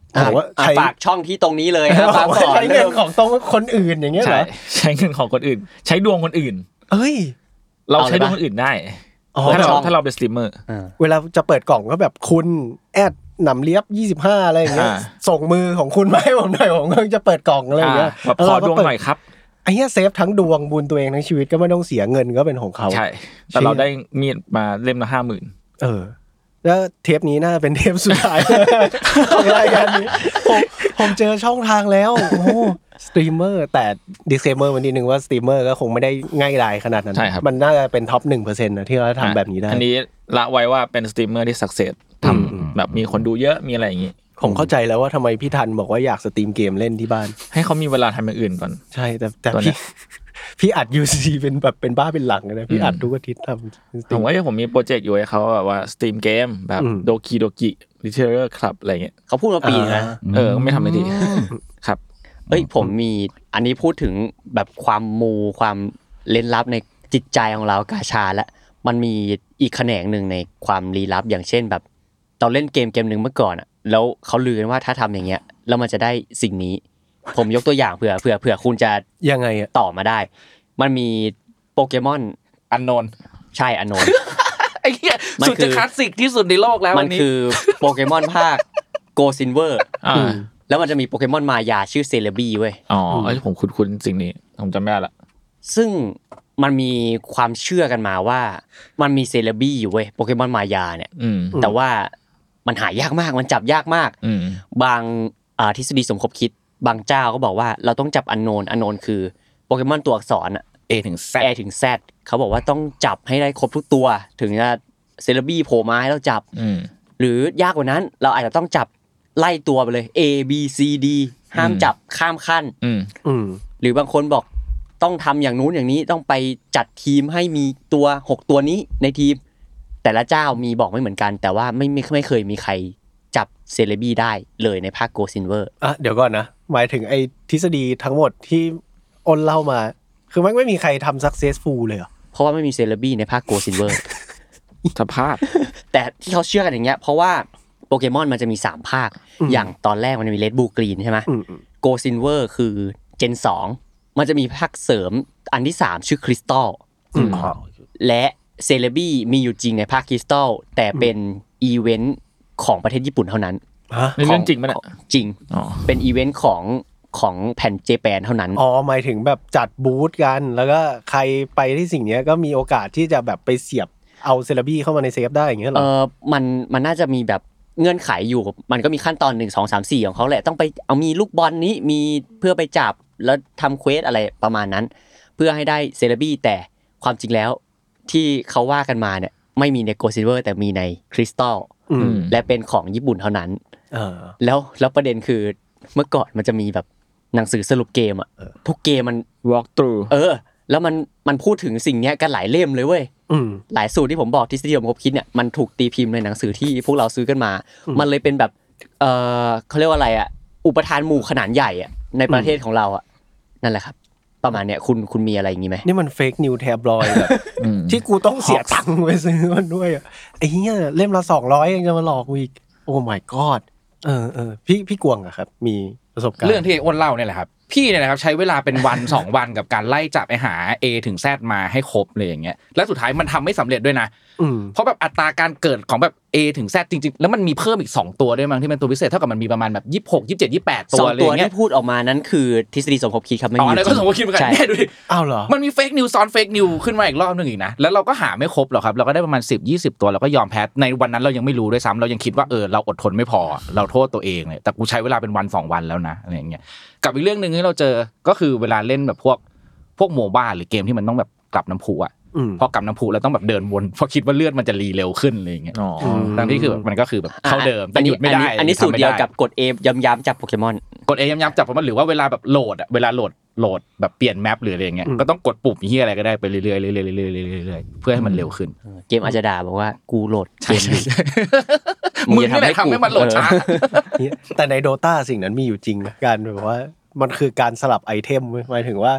บอกว่าใช้ฝากช่องที่ตรงนี้เลยครับฝากก่อนใช้เงินของตรงคนอื่นอย่างเงี้ยเหรใช่อใช้เงินของคนอื่น ใช้ดวงคนอื่นเอ้ยเราใช้ดวงคนอื่นได้อ๋อถ้าเราถ้าเราเป็นสตรีมเมอร์เวลาจะเปิดกล่องก็แบบคุณแอดหนำเลียบยี่สิบห้าอะไรอย่างเงี้ยอ่าส่งมือของคุณมาให้ผมหน่อยผมก็จะเปิดกล่องอะไรอย่างเงี้ยแบบขอดวงหน่อยครับไอ้เหี้ยเซฟทั้งดวงบุญตัวเองทั้งชีวิตก็ไม่ต้องเสียเงินก็เป็นของเขาใช่แต่เราได้มีดมาเล่มละห้าหมื่นเออแล้วเทปนี้น่าจะเป็นเทปสุดท้าย ของรายการนี้ผมผมเจอช่องทางแล้วโอ้สตรีมเมอร์แต่ disclaimer วันนี้นึงว่าสตรีมเมอร์ก็คงไม่ได้ง่ายดายขนาดนั้นมันน่าจะเป็นท็อป หนึ่งเปอร์เซ็นต์ นะที่เขาทำแบบนี้ได้อันนี้ละไว้ว่าเป็นสตรีมเมอร์ที่สักเซสทำแบบมีคนดูเยอะมีอะไรอย่างงี้ผมเข้าใจแล้วว่าทำไมพี่ทันบอกว่าอยากสตรีมเกมเล่นที่บ้านให้เขามีเวลาทำอย่างอื่นก่อนใช่แต่แต่พี่พี่อัด ยู ซี เป็นแบบเป็นบ้าเป็นหลังนะพี่อัดทุกอาทิตย์ทำผมว่าผมมีโปรเจกต์อยู่ให้เขาแบบว่าสตรีมเกมแบบโดกิโดกิลิเทเรอร์คลับอะไรเงี้ยเขาพูดมาปีนะเออไม่ทำไม่ดีครับเอ้ยผมมีอันนี้พูดถึงแบบความมูความเล่นลับในจิตใจของเรากาชาและมันมีอีกแขนงหนึ่งในความลี้ลับอย่างเช่นแบบเราเล่นเกมเกมนึงเมื่อก่อนอ่ะแล้วเขาลือกันว่าถ้าทำอย่างเงี้ยแล้วมันจะได้สิ่งนี้ผมยกตัวอย่างเผื่อเผื่อเผื่อคุณจะยังไงอ่ะต่อมาได้มันมีโปเกมอนอันโนนใช่อันโนนไอ้เหี้ยสุดจะคลาสสิกที่สุดในโลกแล้วมันคือโปเกมอนภาคโกซิลเวอร์แล้วมันจะมีโปเกมอนมายาชื่อเซเลบี้เว้ยอ๋อเอ้ยผมคุ้นๆสิ่งนี้ผมจำไม่ได้ละซึ่งมันมีความเชื่อกันมาว่ามันมีเซเลบี้อยู่เว้ยโปเกมอนมายาเนี่ยแต่ว่ามันหายากมากมันจับยากมากบางทฤษฎีสมคบคิดบางเจ้าก็บอกว่าเราต้องจับอันโนนอันโนนคือโปเกมอนตัวอักษรอ่ะ A ถึง Z A ถึง Z เขาบอกว่าต้องจับให้ได้ครบทุกตัวถึงจะเซเลบี้โผล่มาให้เราจับหรือยากกว่านั้นเราอาจจะต้องจับไล่ตัวไปเลย A B C D ห้ามจับข้ามขั้นหรือบางคนบอกต้องทำอย่างนู้นอย่างนี้ต้องไปจัดทีมให้มีตัวหกตัวนี้ในทีมแต่ละเจ้ามีบอกไม่เหมือนกันแต่ว่าไม่ไม่ไม่เคยมีใครจับเซเลบี้ได้เลยในภาคโกซิลเวอร์อ่ะเดี๋ยวก่อนนะหมายถึงไอ้ทฤษฎีทั้งหมดที่อ้นเล่ามาคือมันไม่มีใครทำ successful เลยเหรอเพราะว่าไม่มีเซเลบี้ในภาคโกซิลเวอร์สภาพแต่ที่เขาเชื่อกันอย่างเงี้ยเพราะว่าโปเกมอนมันจะมีสามภาคอย่างตอนแรกมันจะมี Red Blue Green ใช่มั้ยโกซิลเวอร์คือเจนสองมันจะมีภาคเสริมอันที่สามชื่อคริสตัลและเซเลบี้มีอยู่จริงในภาคคริสตัลแต่เป็นอีเวนต์ของประเทศญี่ปุ่นเท่านั้นในเรื่องจริงมั้ยเนี่ยจริงเป็นอีเวนต์ของของแผ่นเจแปนเท่านั้นอ๋อหมายถึงแบบจัดบูธกันแล้วก็ใครไปที่สิ่งนี้ก็มีโอกาสที่จะแบบไปเสียบเอาเซเลบี้เข้ามาในเซฟได้อย่างเงี้ยเหรอเออมันมันน่าจะมีแบบเงื่อนไขอยู่มันก็มีขั้นตอนหนึ่ง สอง สาม สี่ของเขาแหละต้องไปเอามีลูกบอลนี้มีเพื่อไปจับแล้วทำเควสอะไรประมาณนั้นเพื่อให้ได้เซเลบี้แต่ความจริงแล้วที่เขาว่ากันมาเนี่ยไม่มีในโกซิลเวอร์แต่มีในคริสตัลและเป็นของญี่ปุ่นเท่านั้นแล้วแล้วประเด็นคือเมื่อก่อนมันจะมีแบบหนังสือสรุปเกมอ่ะทุกเกมมัน walk through เออแล้วมันมันพูดถึงสิ่งนี้กันหลายเล่มเลยเว้ยหลายสูตรที่ผมบอกทฤษฎีสมคบคิดเนี่ยมันถูกตีพิมพ์ในหนังสือที่พวกเราซื้อกันมามันเลยเป็นแบบเออเขาเรียกว่าอะไรอ่ะอุปทานหมู่ขนาดใหญ่อ่ะในประเทศของเราอ่ะนั่นแหละครับประมาณเนี้ยคุณคุณมีอะไรอย่างงี้มั้ยนี่มันเฟคนิวแทบลอยแบบที่กูต้องเสียตังค์ไปซื้อมันด้วยอ่ะไอ้เหี้ยเล่มละสองร้อยยังจะมาหลอกกูอีกโอ้ my god เออๆพี่พี่กวงอ่ะครับมีประสบการณ์เรื่องที่อ้นเล่าเนี่ยแหละครับพี่เนี่ยนะครับใช้เวลาเป็นวัน สอง วันกับการไล่จับไอ้หา A ถึง Z มาให้ครบเลยอย่างเงี้ยแล้วสุดท้ายมันทำไม่สำเร็จด้วยนะเพราะแบบอัตราการเกิดของแบบ A ถึง Z จริงๆแล้วมันมีเพิ่มอีกสองตัวด้วยมั้งที่เป็นตัวพิเศษเท่ากับมันมีประมาณแบบยี่สิบหก ยี่สิบเจ็ด ยี่สิบแปดตัวอะไรอย่างเงี้ยสองตัวที่พูดออกมานั้นคือทฤษฎีสมคบคิดครับไม่มีอ๋อแล้วก็สมคบคิดเหมือนกันแน่ดูดิอ้าวเหรอมันมีเฟคนิวซ้อนเฟคนิวขึ้นมาอีกรอบนึงอีกนะแล้วเราก็หาไม่ครบหรอกครับเราก็ได้ประมาณสิบ ยี่สิบตัวเราก็ยอมแพ้ในวันนั้นเรายังไม่รู้ด้วยซ้ำเรายังคิดว่าเออเราอดทนไม่พอเราโทษตัวเองเลยแต่กูใช้เวลาเป็นวันสองวันแล้วนะอะไรอย่างเงี้ยกับอีกเรื่องนึงที่เราเจอก็คือเวลาเล่นแบบพวกพวกโมบ้าหรือเกมที่มันต้องแบบกลับน้ำพุอ่ะพอกลับน้ำพุแล้วต้องแบบเดินวนเพราะคิดว่าเลือดมันจะรีเร็วขึ้นอะไรอย่างเงี้ยทั้งที่คือมันก็คือแบบเข้าเดิมแต่หยุดไม่ได้อันนี้สูตรเดียวกับกด A ย้ำๆจับโปเกมอนกด A ย้ำๆจับโปเกมอนหรือว่าเวลาแบบโหลดอ่ะเวลาโหลดโหลดแบบเปลี่ยนแมปหรืออะไรอย่างเงี้ยก็ต้องกดปุ่มเหี้ยอะไรก็ได้ไปเรื่อยๆเรื่อยๆเรื่อยๆเพื่อให้มันเร็วขึ้นเกมอาจจะด่าบอกว่ากูโหลดเกมอยู่มึงนี่แหละทำให้มันโหลดช้าแต่ใน Dota สิ่งนั้นมีอยู่จริงนะการแบบว่ามันคือการสลับไอเทมหมายถึงว่า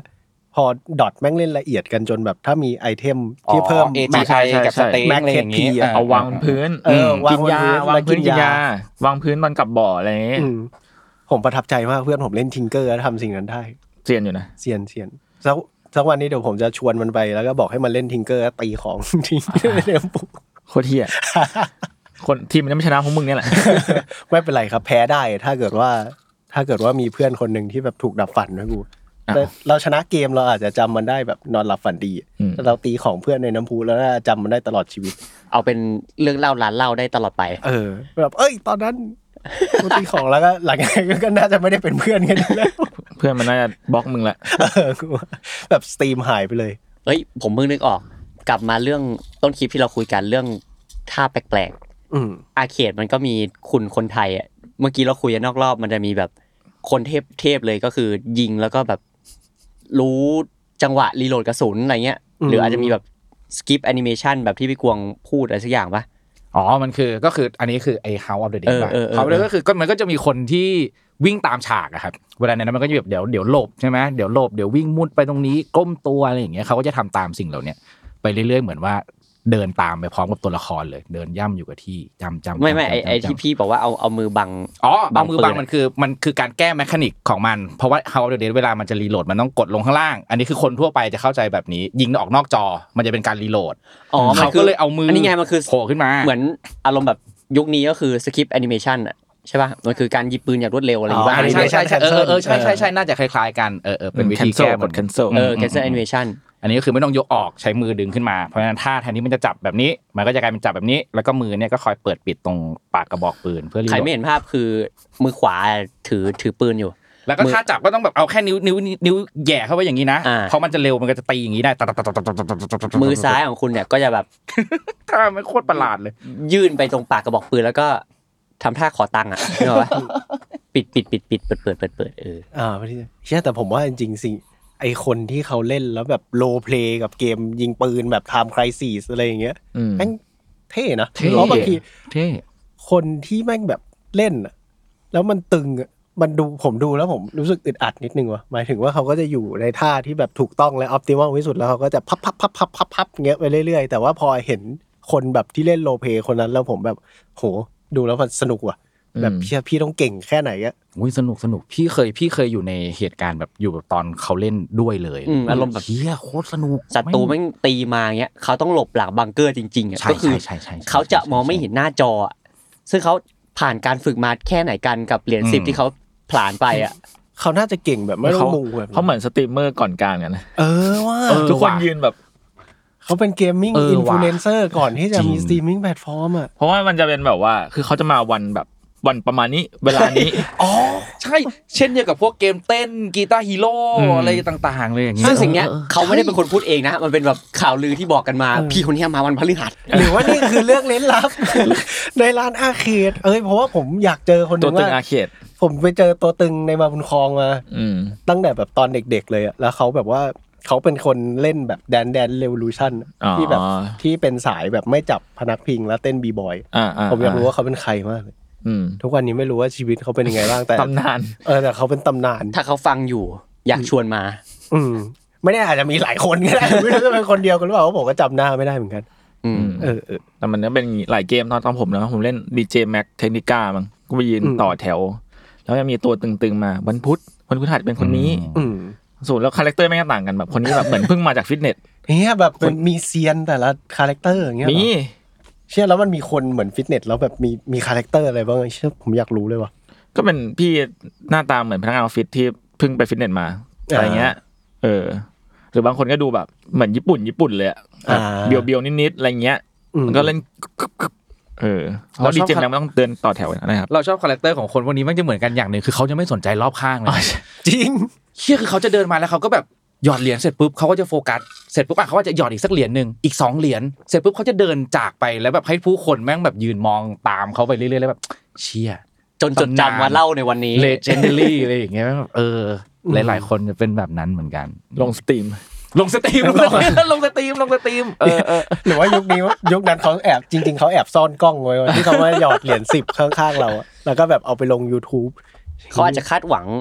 พอดอทแม่งเล่นละเอียดกันจนแบบถ้ามีไอเทมที่เพิ่มเอ จี ไอ กับสเต็งอะไรอย่างงี้เอาวางบนพื้นเออวางกินบนยาพื้นวางพื้นแล้วกินกินยายาวางพื้นบนกับบ่ออะไรอย่างงี้อืมผมประทับใจมากเพื่อนผมเล่นทิงเกอร์แล้วทำสิ่งนั้นได้เซียนอยู่นะเซียนเซียนสักสักวันนี้เดี๋ยวผมจะชวนมันไปแล้วก็บอกให้มันเล่นทิงเกอร์ตีของทิ้งในเดมปุ๊โคตรเหี้ยคนทีมมันไม่ชนะพวกมึงเนี่ยแหละไม่เป็นไรครับแพ้ได้ถ้าเกิดว่าถ้าเกิดว่ามีเพื่อนคนหนึ่งที่แบบถูกดับฝันนะกูแต่เราชนะเกมเราอาจจะจำมันได้แบบนอนหลับฝันดีแต่เราตีของเพื่อนในน้ำพุแล้วจำมันได้ตลอดชีวิตเอาเป็นเรื่องเล่าร้านเล่าได้ตลอดไปเออแบบเอ้ยตอนนั้นกูตีของแล้วก็หลังจากนั้นก็น่าจะไม่ได้เป็นเพื่อนกันแล้วเพื่อนมันน่าจะบล็อกมึงแหละแบบสตรีมหายไปเลยเอ้ยผมเพิ่งนึกออกกลับมาเรื่องต้นคลิปที่เราคุยกันเรื่องท่าแปลกๆอืมอาร์เคดมันก็มีคุณคนไทยอ่ะเมื่อกี้เราคุยกันนอกรอบมันจะมีแบบคนเทพเทพเลยก็คือยิงแล้วก็แบบรู้จังหวะรีโหลดกระสุนอะไรเงี้ยหรืออาจจะมีแบบสกิปแอนิเมชันแบบที่พี่กวงพูดอะไรสักอย่างป่ะอ๋อมันคือก็คืออันนี้คือไอ้ House of the Dead ป่ะ House of the Dead ก็คือก็มันก็จะมีคนที่วิ่งตามฉากอะครับเวลาในนั้นมันก็จะแบบเดี๋ยวเดี๋ยวหลบใช่มั้ยเดี๋ยวหลบเดี๋ยววิ่งมุดไปตรงนี้ก้มตัวอะไรอย่างเงี้ยเขาก็จะทำตามสิ่งเหล่านี้ไปเรื่อยๆเหมือนว่าเดินตามไปพร้อมกับตัวละครเลยเดินย่ำอยู่กับที่จำจำไม่ไม่ไอไอที่พี่บอกว่าเอาเอามือบังอ๋อเอามือบังมันคือมันคือการแก้แมคานิกของมันเพราะว่า House of the Dead เวลามันจะรีโหลดมันต้องกดลงข้างล่างอันนี้คือคนทั่วไปจะเข้าใจแบบนี้ยิงออกนอกจอมันจะเป็นการรีโหลดอ๋อเขาก็เลยเอามืออันนี้ไงมันคือโผล่ขึ้นมาเหมือนอารมณ์แบบยุคนี้ก็คือสคริปต์แอนิเมชันอ่ะใช่ป่ะมันคือการยิงปืนอย่างรวดเร็วอะไรอย่างเงี้ยใช่ๆๆเออเออใช่ๆๆน่าจะคล้ายๆกันเออๆเป็นวิธีแก้กด cancel เออ cancel animation อันนี้ก็คือไม่ต้องยกออกใช้มือดึงขึ้นมาเพราะฉะนั้นถ้าแทนที่มันจะจับแบบนี้มันก็จะกลายเป็นจับแบบนี้แล้วก็มือเนี่ยก็คอยเปิดปิดตรงปากกระบอกปืนเพื่อรีโหลดใครไม่เห็นภาพคือมือขวาถือถือปืนอยู่แล้วก็ถ้าจับก็ต้องแบบเอาแค่นิ้วนิ้วนิ้วแหย่เข้าไปอย่างนี้นะเพราะมันจะเร็วมันก็จะตีอย่างนี้ได้มือซ้ายของคุณเนี่ยก็จะแบบถ้ามันโคตรประหลาดเลยยื่นไปตรงปากกระบอกปืนแล้วก็ทำท่าขอตังค์อ่ะนึกออกป่ะปิดปิดปิดปิดเปิดเปิดเปิดเปิดเอออ่าไม่ใช่ใช่แต่ผมว่าจริงๆสิไอคนที่เขาเล่นแล้วแบบโลเพลย์กับเกมยิงปืนแบบ Time Crisis อะไรอย่างเงี้ยแม่งเท่นะเพราะบางทีเท่คนที่แม่งแบบเล่นอ่ะแล้วมันตึงอ่ะมันดูผมดูแล้วผมรู้สึกอึดอัดนิดนึงว่ะหมายถึงว่าเขาก็จะอยู่ในท่าที่แบบถูกต้องและออปติมัลที่สุดแล้วเขาก็จะพับพับพับพับพับพับเงี้ยไปเรื่อยๆแต่ว่าพอเห็นคนแบบที่เล่นโลเพลย์คนนั้นแล้วผมแบบโหดูแล้วมันสนุกว่ะแบบพี่พี่ต้องเก่งแค่ไหนอ่ะอุ้ยสนุกสนุกพี่เคยพี่เคยอยู่ในเหตุการณ์แบบอยู่แบบตอนเขาเล่นด้วยเลยอารมณ์แบบเหี้ยโคตรสนุกศัตรูแม่งตีมาเงี้ยเขาต้องหลบหลังบังเกอร์จริงๆอ่ะก็คือเขาจะมองไม่เห็นหน้าจอซึ่งเขาผ่านการฝึกมาแค่ไหนกันกับเหรียญสิบที่เขาผลาญไปอ่ะเขาน่าจะเก่งแบบไม่ต้องมุงแบบเขาเหมือนสตรีมเมอร์ก่อนการกันนะเออว่าทุกคนยืนแบบเขาเป็นเกมมิ่งอินฟลูเอนเซอร์ก่อนที่จะมีสตรีมมิ่งแพลตฟอร์มอ่ะเพราะว่ามันจะเป็นแบบว่าคือเขาจะมาวันแบบวันประมาณนี้เวลานี้อ๋อใช่เช่นเดียวกับพวกเกมเต้นกีตาร์ฮีโร่อะไรต่างๆเลยอย่างเงี้ยซึ่งสิ่งเนี้ยเขาไม่ได้เป็นคนพูดเองนะมันเป็นแบบข่าวลือที่บอกกันมาพี่คนนี้มาวันพฤหัสหรือว่านี่คือเรื่องเล่นลับในร้านอาร์เคดเอ้ยเพราะว่าผมอยากเจอคนนึงว่าตัวตึงอาร์เคดผมไปเจอตัวตึงในมาบุญคลองมาตั้งแต่แบบตอนเด็กๆเลยอ่ะแล้วเขาแบบว่าเขาเป็นคนเล่นแบบแดนแดนเรวิลูชั่นที่แบบที่เป็นสายแบบไม่จับพนักพิงแล้วเต้นบีบอยผมอยากรู้ว่าเขาเป็นใครมากเลยทุกวันนี้ไม่รู้ว่าชีวิตเขาเป็นยังไงบ้างแต่ตำนานเออแต่เขาเป็นตำนานถ้าเขาฟังอยู่อยากชวนมาอืมไม่แน่อาจจะมีหลายคนก็ได้ไม่รู้จะเป็นคนเดียวกันหรือเปล่าผมก็จำหน้าไม่ได้เหมือนกันอืมเออๆแต่มันก็เป็นหลายเกมตอนตอนผมนะผมเล่น ดี เจ Max Technica มั้งก็ไปยืนต่อแถวแล้วจะมีตัวตึงๆมาวันพุธวันพฤหัสเป็นคนนี้อืมส่วนแล้วคาแรคเตอร์ไม่ต่างกันแบบคนนี้แบบเหมือนเพิ่งมาจากฟิตเนสเนี่ยแบบเป็นมีเซียนแต่ละคาแรคเตอร์อย่างเงี้ยมีเชื่อแล้วมันมีคนเหมือนฟิตเนสแล้วแบบมีมีคาแรคเตอร์อะไรบ้างเชื่อผมอยากรู้เลยว่ะก็เป็นพี่หน้าตาเหมือนพนักงานออฟฟิศที่เพิ่งไปฟิตเนสมาอะไรเงี้ยเออหรือบางคนก็ดูแบบเหมือนญี่ปุ่นญี่ปุ่นเลยอ่ะเบียวๆนิดๆอะไรเงี้ยมันก็เล่นเออเราดีเจแล้วไม่ต้องเดินต่อแถวนะครับเราชอบคาแรคเตอร์ของคนพวกนี้มันจะเหมือนกันอย่างนึงคือเขาจะไม่สนใจรอบข้างเลยจริงเหี้ยคือเขาจะเดินมาแล้วเขาก็แบบหยอดเหรียญเสร็จปุ๊บเขาก็จะโฟกัสเสร็จปุ๊บอ่ะเขาก็จะหยอดอีกสักเหรียญนึงอีกสองเหรียญเสร็จปุ๊บเขาจะเดินจากไปแล้วแบบให้ผู้คนแม่งแบบยืนมองตามเขาไปเรื่อยๆแล้วแบบเชี่ยจนจดจำว่าเล่าในวันนี้ legendary อะไรอย่างเงี้ยเออหลายๆคนจะเป็นแบบนั้นเหมือนกันลงสตรีมลงสตรีมลงสตรีมลงสตรีมเออหรือว่ายุคนี้ยุคนั้นเขาแอบจริงๆเขาแอบซ่อนกล้องไว้ที่เขาว่าหยอดเหรียญสิบข้างๆเราแล้วก็แบบเอาไปลง YouTube เขาอาจจะคาดหวัง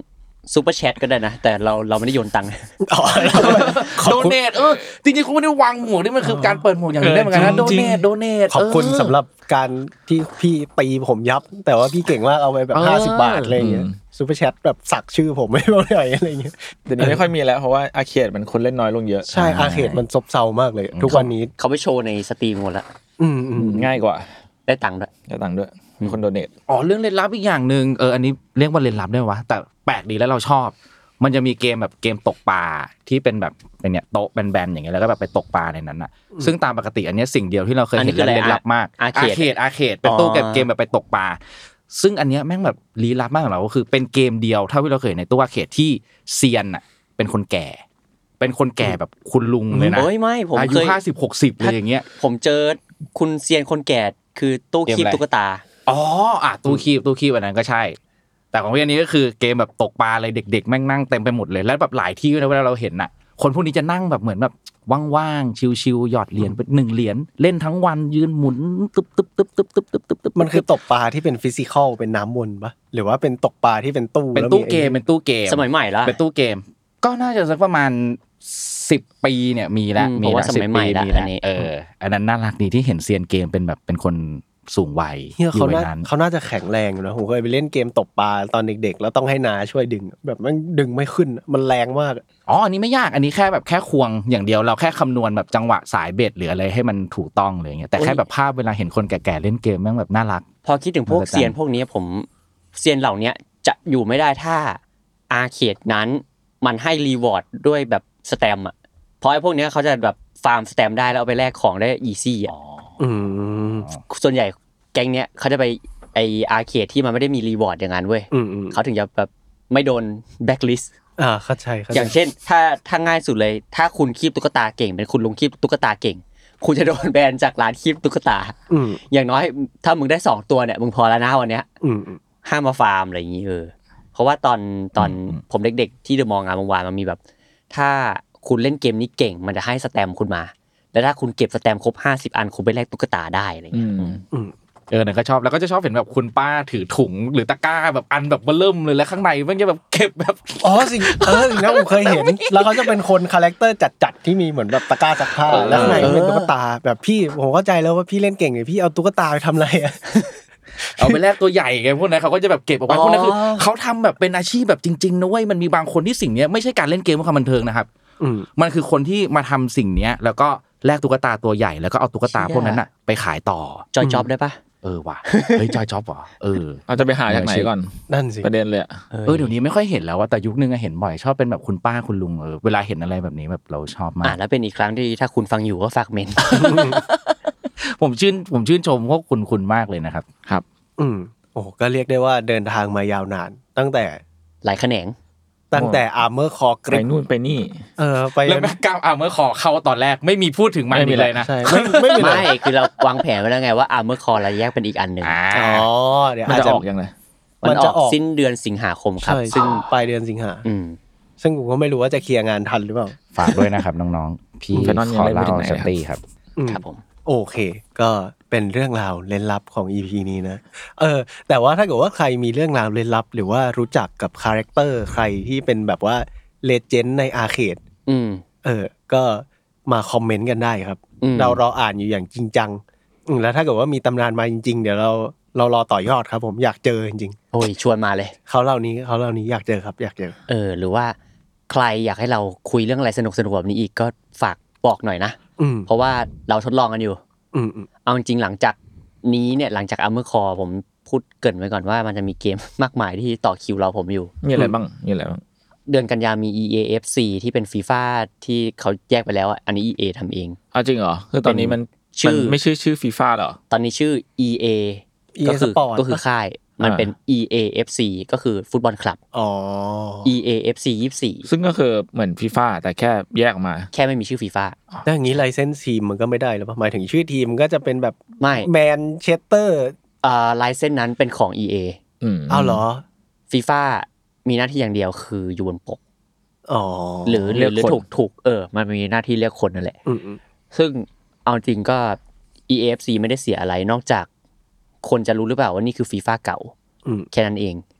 ซูเปอร์แชทก็ได้นะแต่เราเราไม่ได้โยนตังค์อ๋อโดเนทเออจริงๆคุณไม่ได้วางหมวกนี่มันคือการเปิดหมวกอย่างนึงได้เหมือนกันนะโดเนทโดเนทขอบคุณสำหรับการที่พี่ตีผมยับแต่ว่าพี่เก่งมากเอาไปแบบห้าสิบบาทอะไรอย่างเงี้ยซูเปอร์แชทแบบสักชื่อผมไม่รู้อะไรอะไรอย่างเงี้ยเดี๋ยวนี้ไม่ค่อยมีแล้วเพราะว่าอาร์เคดมันคนเล่นน้อยลงเยอะใช่อาร์เคดมันซบเซามากเลยทุกวันนี้เขาไปโชว์ในสตรีมหมดละอืมอืมง่ายกว่าได้ตังค์ด้วยได้ตังค์ด้วยมีคนโดเนทอ๋อเรื่องเล่นลับอีกอย่างนึงเอออันนี้เรียกว่าเล่นลับได้วะแต่แปลกดีแล้วเราชอบมันจะมีเกมแบบเกมตกปลาที่เป็นแบบเป็นเนี่ยโต๊ะแบนๆอย่างเงี้ยแล้วก็แบบไปตกปลาในนั้นน่ะซึ่งตามปกติอันนี้สิ่งเดียวที่เราเคยเห็นเล่นลับมากอาร์เคดอาร์เคดเป็นตู้เก็บเกมแบบไปตกปลาซึ่งอันเนี้ยแม่งแบบลี้ลับมากของเราก็คือเป็นเกมเดียวเท่าที่เราเคยเห็นในตู้อาร์เคดที่เซียนน่ะเป็นคนแก่เป็นคนแก่แบบคุณลุงเลยนะโอ้ยไม่ผมอายุเคยห้าสิบ หกสิบเลยอย่างเงี้ยผมเจอคุณเซียนคนแก่คือตู้คีบตุ๊กตาอ๋ออ่ะตู้คีบตู้คีบอันนั้นก็ใช่แต่ของพี่อันนี้ก็คือเกมแบบตกปลาอะไรเด็กๆแม่งนั่งเต็มไปหมดเลยแล้วแบบหลายที่นะเวลาเราเห็นน่ะคนพวกนี้จะนั่งแบบเหมือนแบบว่างๆชิวๆหยอดเหรียญไปหนึ่งเหรียญเล่นทั้งวันยืนหมุนตึ๊บตึ๊บตึ๊บตึ๊บตึ๊บตึ๊บตึ๊บตึ๊บมันคือตกปลาที่เป็นฟิสิคอลเป็นน้ำวนปะหรือว่าเป็นตกปลาที่เป็นตู้เป็นตู้เกมเป็นตู้เกมสมัยใหม่ละเป็นตู้เกมก็น่าจะสักประมาณสิบปีเนี่ยมีแล้วมีแล้วสิบปีมีแล้วเอออันนั้นน่ารักดีที่เห็นเซียนเกมเป็นแบบเป็นคนสูงวัยเขาน่าเขาน่าจะแข็งแรงอยู่นะผมเคยไปเล่นเกมตกปลาตอนเด็กๆแล้วต้องให้น้าช่วยดึงแบบมันดึงไม่ขึ้นมันแรงมากอ๋ออันนี้ไม่ยากอันนี้แค่แบบแค่ควงอย่างเดียวเราแค่คำนวณแบบจังหวะสายเบ็ดหรืออะไรให้มันถูกต้องเลยอย่างเงี้ยแต่แค่แบบภาพเวลาเห็นคนแก่ๆเล่นเกมแม่งแบบน่ารักพอคิดถึงพวกเซียนพวกนี้ผมเซียนเหล่านี้จะอยู่ไม่ได้ถ้าอาร์เคดนั้นมันให้รีวอร์ดด้วยแบบสแตมป์อ่ะเพราะไอ้พวกนี้เขาจะแบบฟาร์มสแตมป์ได้แล้วเอาไปแลกของได้อีซี่อ่ะส่วนใหญ่แก๊งเนี้ยเขาจะไปไออาร์เคดที่มันไม่ได้มีรีวอร์ดอย่างนั้นเว้ยเขาถึงจะแบบไม่โดนแบ็คลิสต์อ่าเข้าใจเข้าใจอย่างเช่นถ้าถ้าง่ายสุดเลยถ้าคุณคีบตุ๊กตาเก่งเป็นคุณลุงคีบตุ๊กตาเก่งคุณจะโดนแบนจากร้านคีบตุ๊กตาอย่างน้อยถ้ามึงได้สองตัวเนี่ยมึงพอแล้วนะวันเนี้ยห้ามมาฟาร์มอะไรอย่างงี้เออเพราะว่าตอนตอนผมเด็กๆที่เดอะมอลล์งานวงวานมันมีแบบถ้าคุณเล่นเกมนี้เก่งมันจะให้สแตมป์คุณมาแล้วถ้าคุณเก็บสแตมป์ครบห้าสิบอันคุณไปแลกตุ๊กตาได้อะไรอย่างเงี้ยเออเนี่ยก็ชอบแล้วก็จะชอบเห็นแบบคุณป้าถือถุงหรือตะกร้าแบบอันแบบเบิ่มเลยแล้วข้างในมันจะแบบเก็บแบบอ๋อสิ่งเออสิ่งนั้นผมเคยเห็นแล้วเขาจะเป็นคนคาแรคเตอร์จัดๆที่มีเหมือนแบบตะกร้าซักผ้าแล้วข้างในเป็นตุ๊กตาแบบพี่ผมเข้าใจแล้วว่าพี่เล่นเก่งไงพี่เอาตุ๊กตาไปทำอะไรอ่ะเอาไปแลกตัวใหญ่ไงพวกนั้นเขาก็จะแบบเก็บเอาไว้พวกนั้นคือเขาทำแบบเป็นอาชีพแบบจริงๆนะเว้ยมันมีบางคนที่สิ่งนี้ไม่ใช่การเล่นเกมเพื่อความบันเทิงนะครับมันคือคนที่มาทำสิ่งนี้แล้วก็แลกตุ๊กตาตัวใหญ่แล้วก็เอาตุ๊กตาพวกนั้นน่ะไปขายต่อจอยจ็อบได้ปะเออว่ะเฮ้ยจอยจ็อบว่ะเออเราจะไปหาจากไหนก่อนนั่นสิประเด็นเลยเออเดี๋ยวนี้ไม่ค่อยเห็นแล้วว่าแต่ยุคนึงเห็นบ่อยชอบเป็นแบบคุณป้าคุณลุงเออเวลาเห็นอะไรแบบนี้แบบเราชอบมากอ่ะแล้วเป็นอีกครั้งที่ถ้าคุณฟังอยู่ก็ฝากเมนผมชื่นผมชื่นชมพวกคุณคุณมากเลยนะครับครับอืมโอ้ก็เรียกได้ว่าเดินทางมายาวนานตั้งแต่หลายแขนงตั้งแต่ Armor Core ไปนู่นไปนี่เออไปแล้วแม่ก้าว Armor Core เข้าตอนแรกไม่มีพูดถึงมันเลยนะใช่ไม่ไม่มีไม่คือเราวางแผนไว้แล้วไงว่า Armor Core เราแยกเป็นอีกอันนึงอ๋อเดี๋ยวมันจะออกยังไงมันจะออกสิ้นเดือนสิงหาคมครับซึ่งปลายเดือนสิงหาอืมซึ่งผมก็ไม่รู้ว่าจะเคลียร์งานทันหรือเปล่าฝากด้วยนะครับน้องๆพี่ขอเล่าสตตี้ครับครับผมโอเคก็เป็นเรื่องราวเล่นลับของ อี พี นี้นะเออแต่ว่าถ้าเกิดว่าใครมีเรื่องราวเล่นลับหรือว่ารู้จักกับคาแรคเตอร์ใครที่เป็นแบบว่าเลเจนด์ในอาร์เคดอืมเออก็มาคอมเมนต์กันได้ครับเรารออ่านอยู่อย่างจริงจังแล้วถ้าเกิดว่ามีตำนานมาจริงๆเดี๋ยวเราเรารอต่อยอดครับผมอยากเจอจริงๆโอ้ยชวนมาเลยเขาเหล่านี้เขาเหล่านี้อยากเจอครับอยากเจอเออหรือว่าใครอยากให้เราคุยเรื่องอะไรสนุกๆแบบนี้อีกก็ฝากบอกหน่อยนะเพราะว่าเราทดลองกันอยู่เอาจริงๆหลังจากนี้เนี่ยหลังจาก Armor Core ผมพูดเกริ่นไว้ก่อนว่ามันจะมีเกมมากมายที่ต่อคิวเราผมอยู่มีอะไรบ้างมีอะไรบ้างเดือนกันยามี อี เอ เอฟ ซี ที่เป็น FIFA ที่เขาแยกไปแล้วอันนี้ อี เอ ทำเองอ้าวจริงเหรอคือตอนนี้มันชื่อไม่ชื่อชื่อ FIFA เหรอตอนนี้ชื่อ อี เอ ก็คือก็คือค่ายมันเป็น อี เอ เอฟ ซี ก็คือฟุตบอลคลับอ๋ออี เอ เอฟ ซี ยี่สิบสี่ซึ่งก็คือเหมือน FIFA แต่แค่แยกออกมาแค่ไม่มีชื่อ FIFA ถ้าอย่างงี้ไลเซนส์ทีมมันก็ไม่ได้หรอหมายถึงชื่อทีมมันก็จะเป็นแบบไม่แมนเชสเตอร์อ่าไลเซนส์นั้นเป็นของ อี เออืมอ้าวเหรอ FIFA มีหน้าที่อย่างเดียวคืออยู่บนปกอ๋อหรือหรือถูกถูกเออมันมีหน้าที่เรียกคนนั่นแหละซึ่งเอาจริงก็ อี เอ เอฟ ซี ไม่ได้เสียอะไรนอกจากคนจะรู้หรือเปล่าว่านี่คือ FIFA เก่าแค่นั้นเอง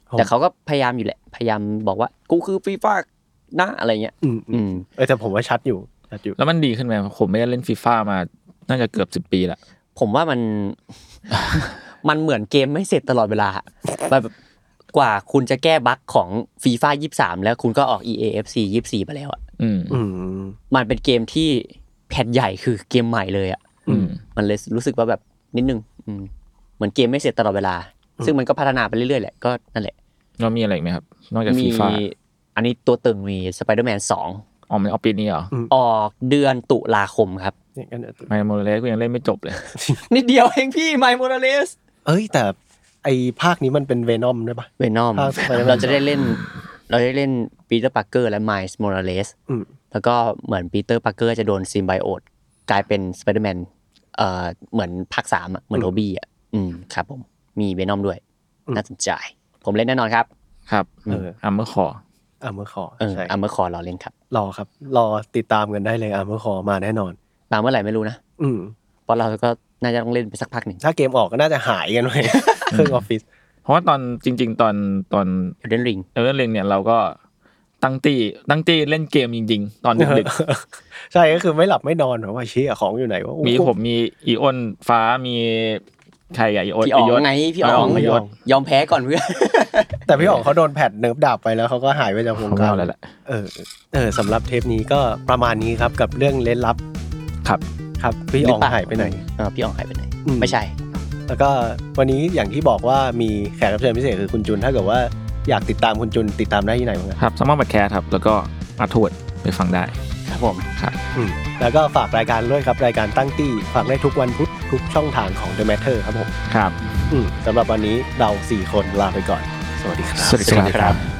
แต่เขาก็พยายามอยู่แหละพยายามบอกว่ากูคือฟีฟ่านะอะไรเงี้ยอืมอืมเออแต่ผมว่าชัดอยู่ชัดอยู่แล้วมันดีขึ้นไหมผมไม่ได้เล่นฟีฟ่ามาน่าจะเกือบสิบปีละผมว่ามัน มันเหมือนเกมไม่เสร็จตลอดเวลาแบบกว่าคุณจะแก้บั๊กของฟีฟ่ายี่สิบสามแล้วคุณก็ออก อี เอ เอฟ ซี ยี่สิบสี่ไปแล้วอ่ะอืมอืมมันเป็นเกมที่แพทใหญ่คือเกมใหม่เลยอ่ะอืมมันเลยรู้สึกว่าแบบนิดนึงอืมเหมือนเกมไม่เสร็จตลอดเวลา ซึ่งมันก็พัฒนาไปเรื่อยๆแหละก็นั่นแหละแล้วมีอะไรอีกไหมครับนอกจากมีฟีฟ่าอันนี้ตัวตึงมี Spider-Man สองอ๋อมันออกปีนี้เหรอออกเดือนตุลาคมครับเนี่ยกันไมโมเลสกูยังเล่นไม่จบเลยนิดเดียวเองพี่ My Morales เอ้ยแต่ไอภาคนี้มันเป็นเวนอมด้วยปะ Venom ภาค Spider-Man เราจะได้เล่นเราได้เล่นปีเตอร์ปาร์เกอร์และ Miles Morales อืมแล้วก็เหมือนปีเตอร์ปาร์เกอร์จะโดนซิมไบโอตกลายเป็นสไปเดอร์แมนเอ่อเหมือนภาคสามอ่ะเหมือนโอบี้อ่ะอืมครับผมมีเวนอมด้วยน่าสนใจผมเล่นแน่นอนครับครับเอออัมเมอร์คออ่ะเมื่อขอเออใช่อัมเมอร์คอรอเล่นครับรอครับ รอติดตามกันได้เลยอ่ะเมื่อขอมาแน่นอนมาเมื่อไหร่ไม่รู้นะอืมเพราะเราก็น่าจะต้องเล่นไปสักพักหนึ่งถ้าเกมออกก็น่าจะหายกันไป เครื่องออฟฟิศเพราะว่าตอนจริง ๆ ตอนตอนเดนริงเอเวอร์เลนเนี่ยเราก็ตั้งตีตั้งตีเล่นเกมจริง ๆ ตอนดึกใช่ก็คือไม่หลับไม่นอนเพราะว่าเชี่ยของอยู่ไหนวะๆมีผมมีอีออนฟ้ามีใครอะอีออนพี่อ๋องไงพี่อ๋องพี่อ๋องยอมแพ้ก่อนเพื่อนแต่พี่อ๋องเขาโดนแพทเนิร์ฟดาบไปแล้วเขาก็หายไปจากวงเขาการเล่าแล้วแหละเออเออสำหรับเทปนี้ก็ประมาณนี้ครับกับเรื่องเล่นลับครับครับพี่อ๋องหายไปไหนเออพี่อ๋องหายไปไหนอืมไม่ใช่แล้วก็วันนี้อย่างที่บอกว่ามีแขกรับเชิญพิเศษคือคุณจุนถ้าเกิดว่าอยากติดตามคุณจุนติดตามได้ที่ไหนบ้างครับครับซัมเมอร์บัตแคร์ครับแล้วก็อาร์ทวดไปฟังได้ครับผมครับอืมแล้วก็ฝากรายการด้วยครับรายการตั้งตี้ฝากได้ทุกวันพุธทุกช่องทางของ The Matter ครับผมครับอืมสำหรับวันนี้เราสี่คนลาไปก่อน สวัสดีครับสวัสดีครับ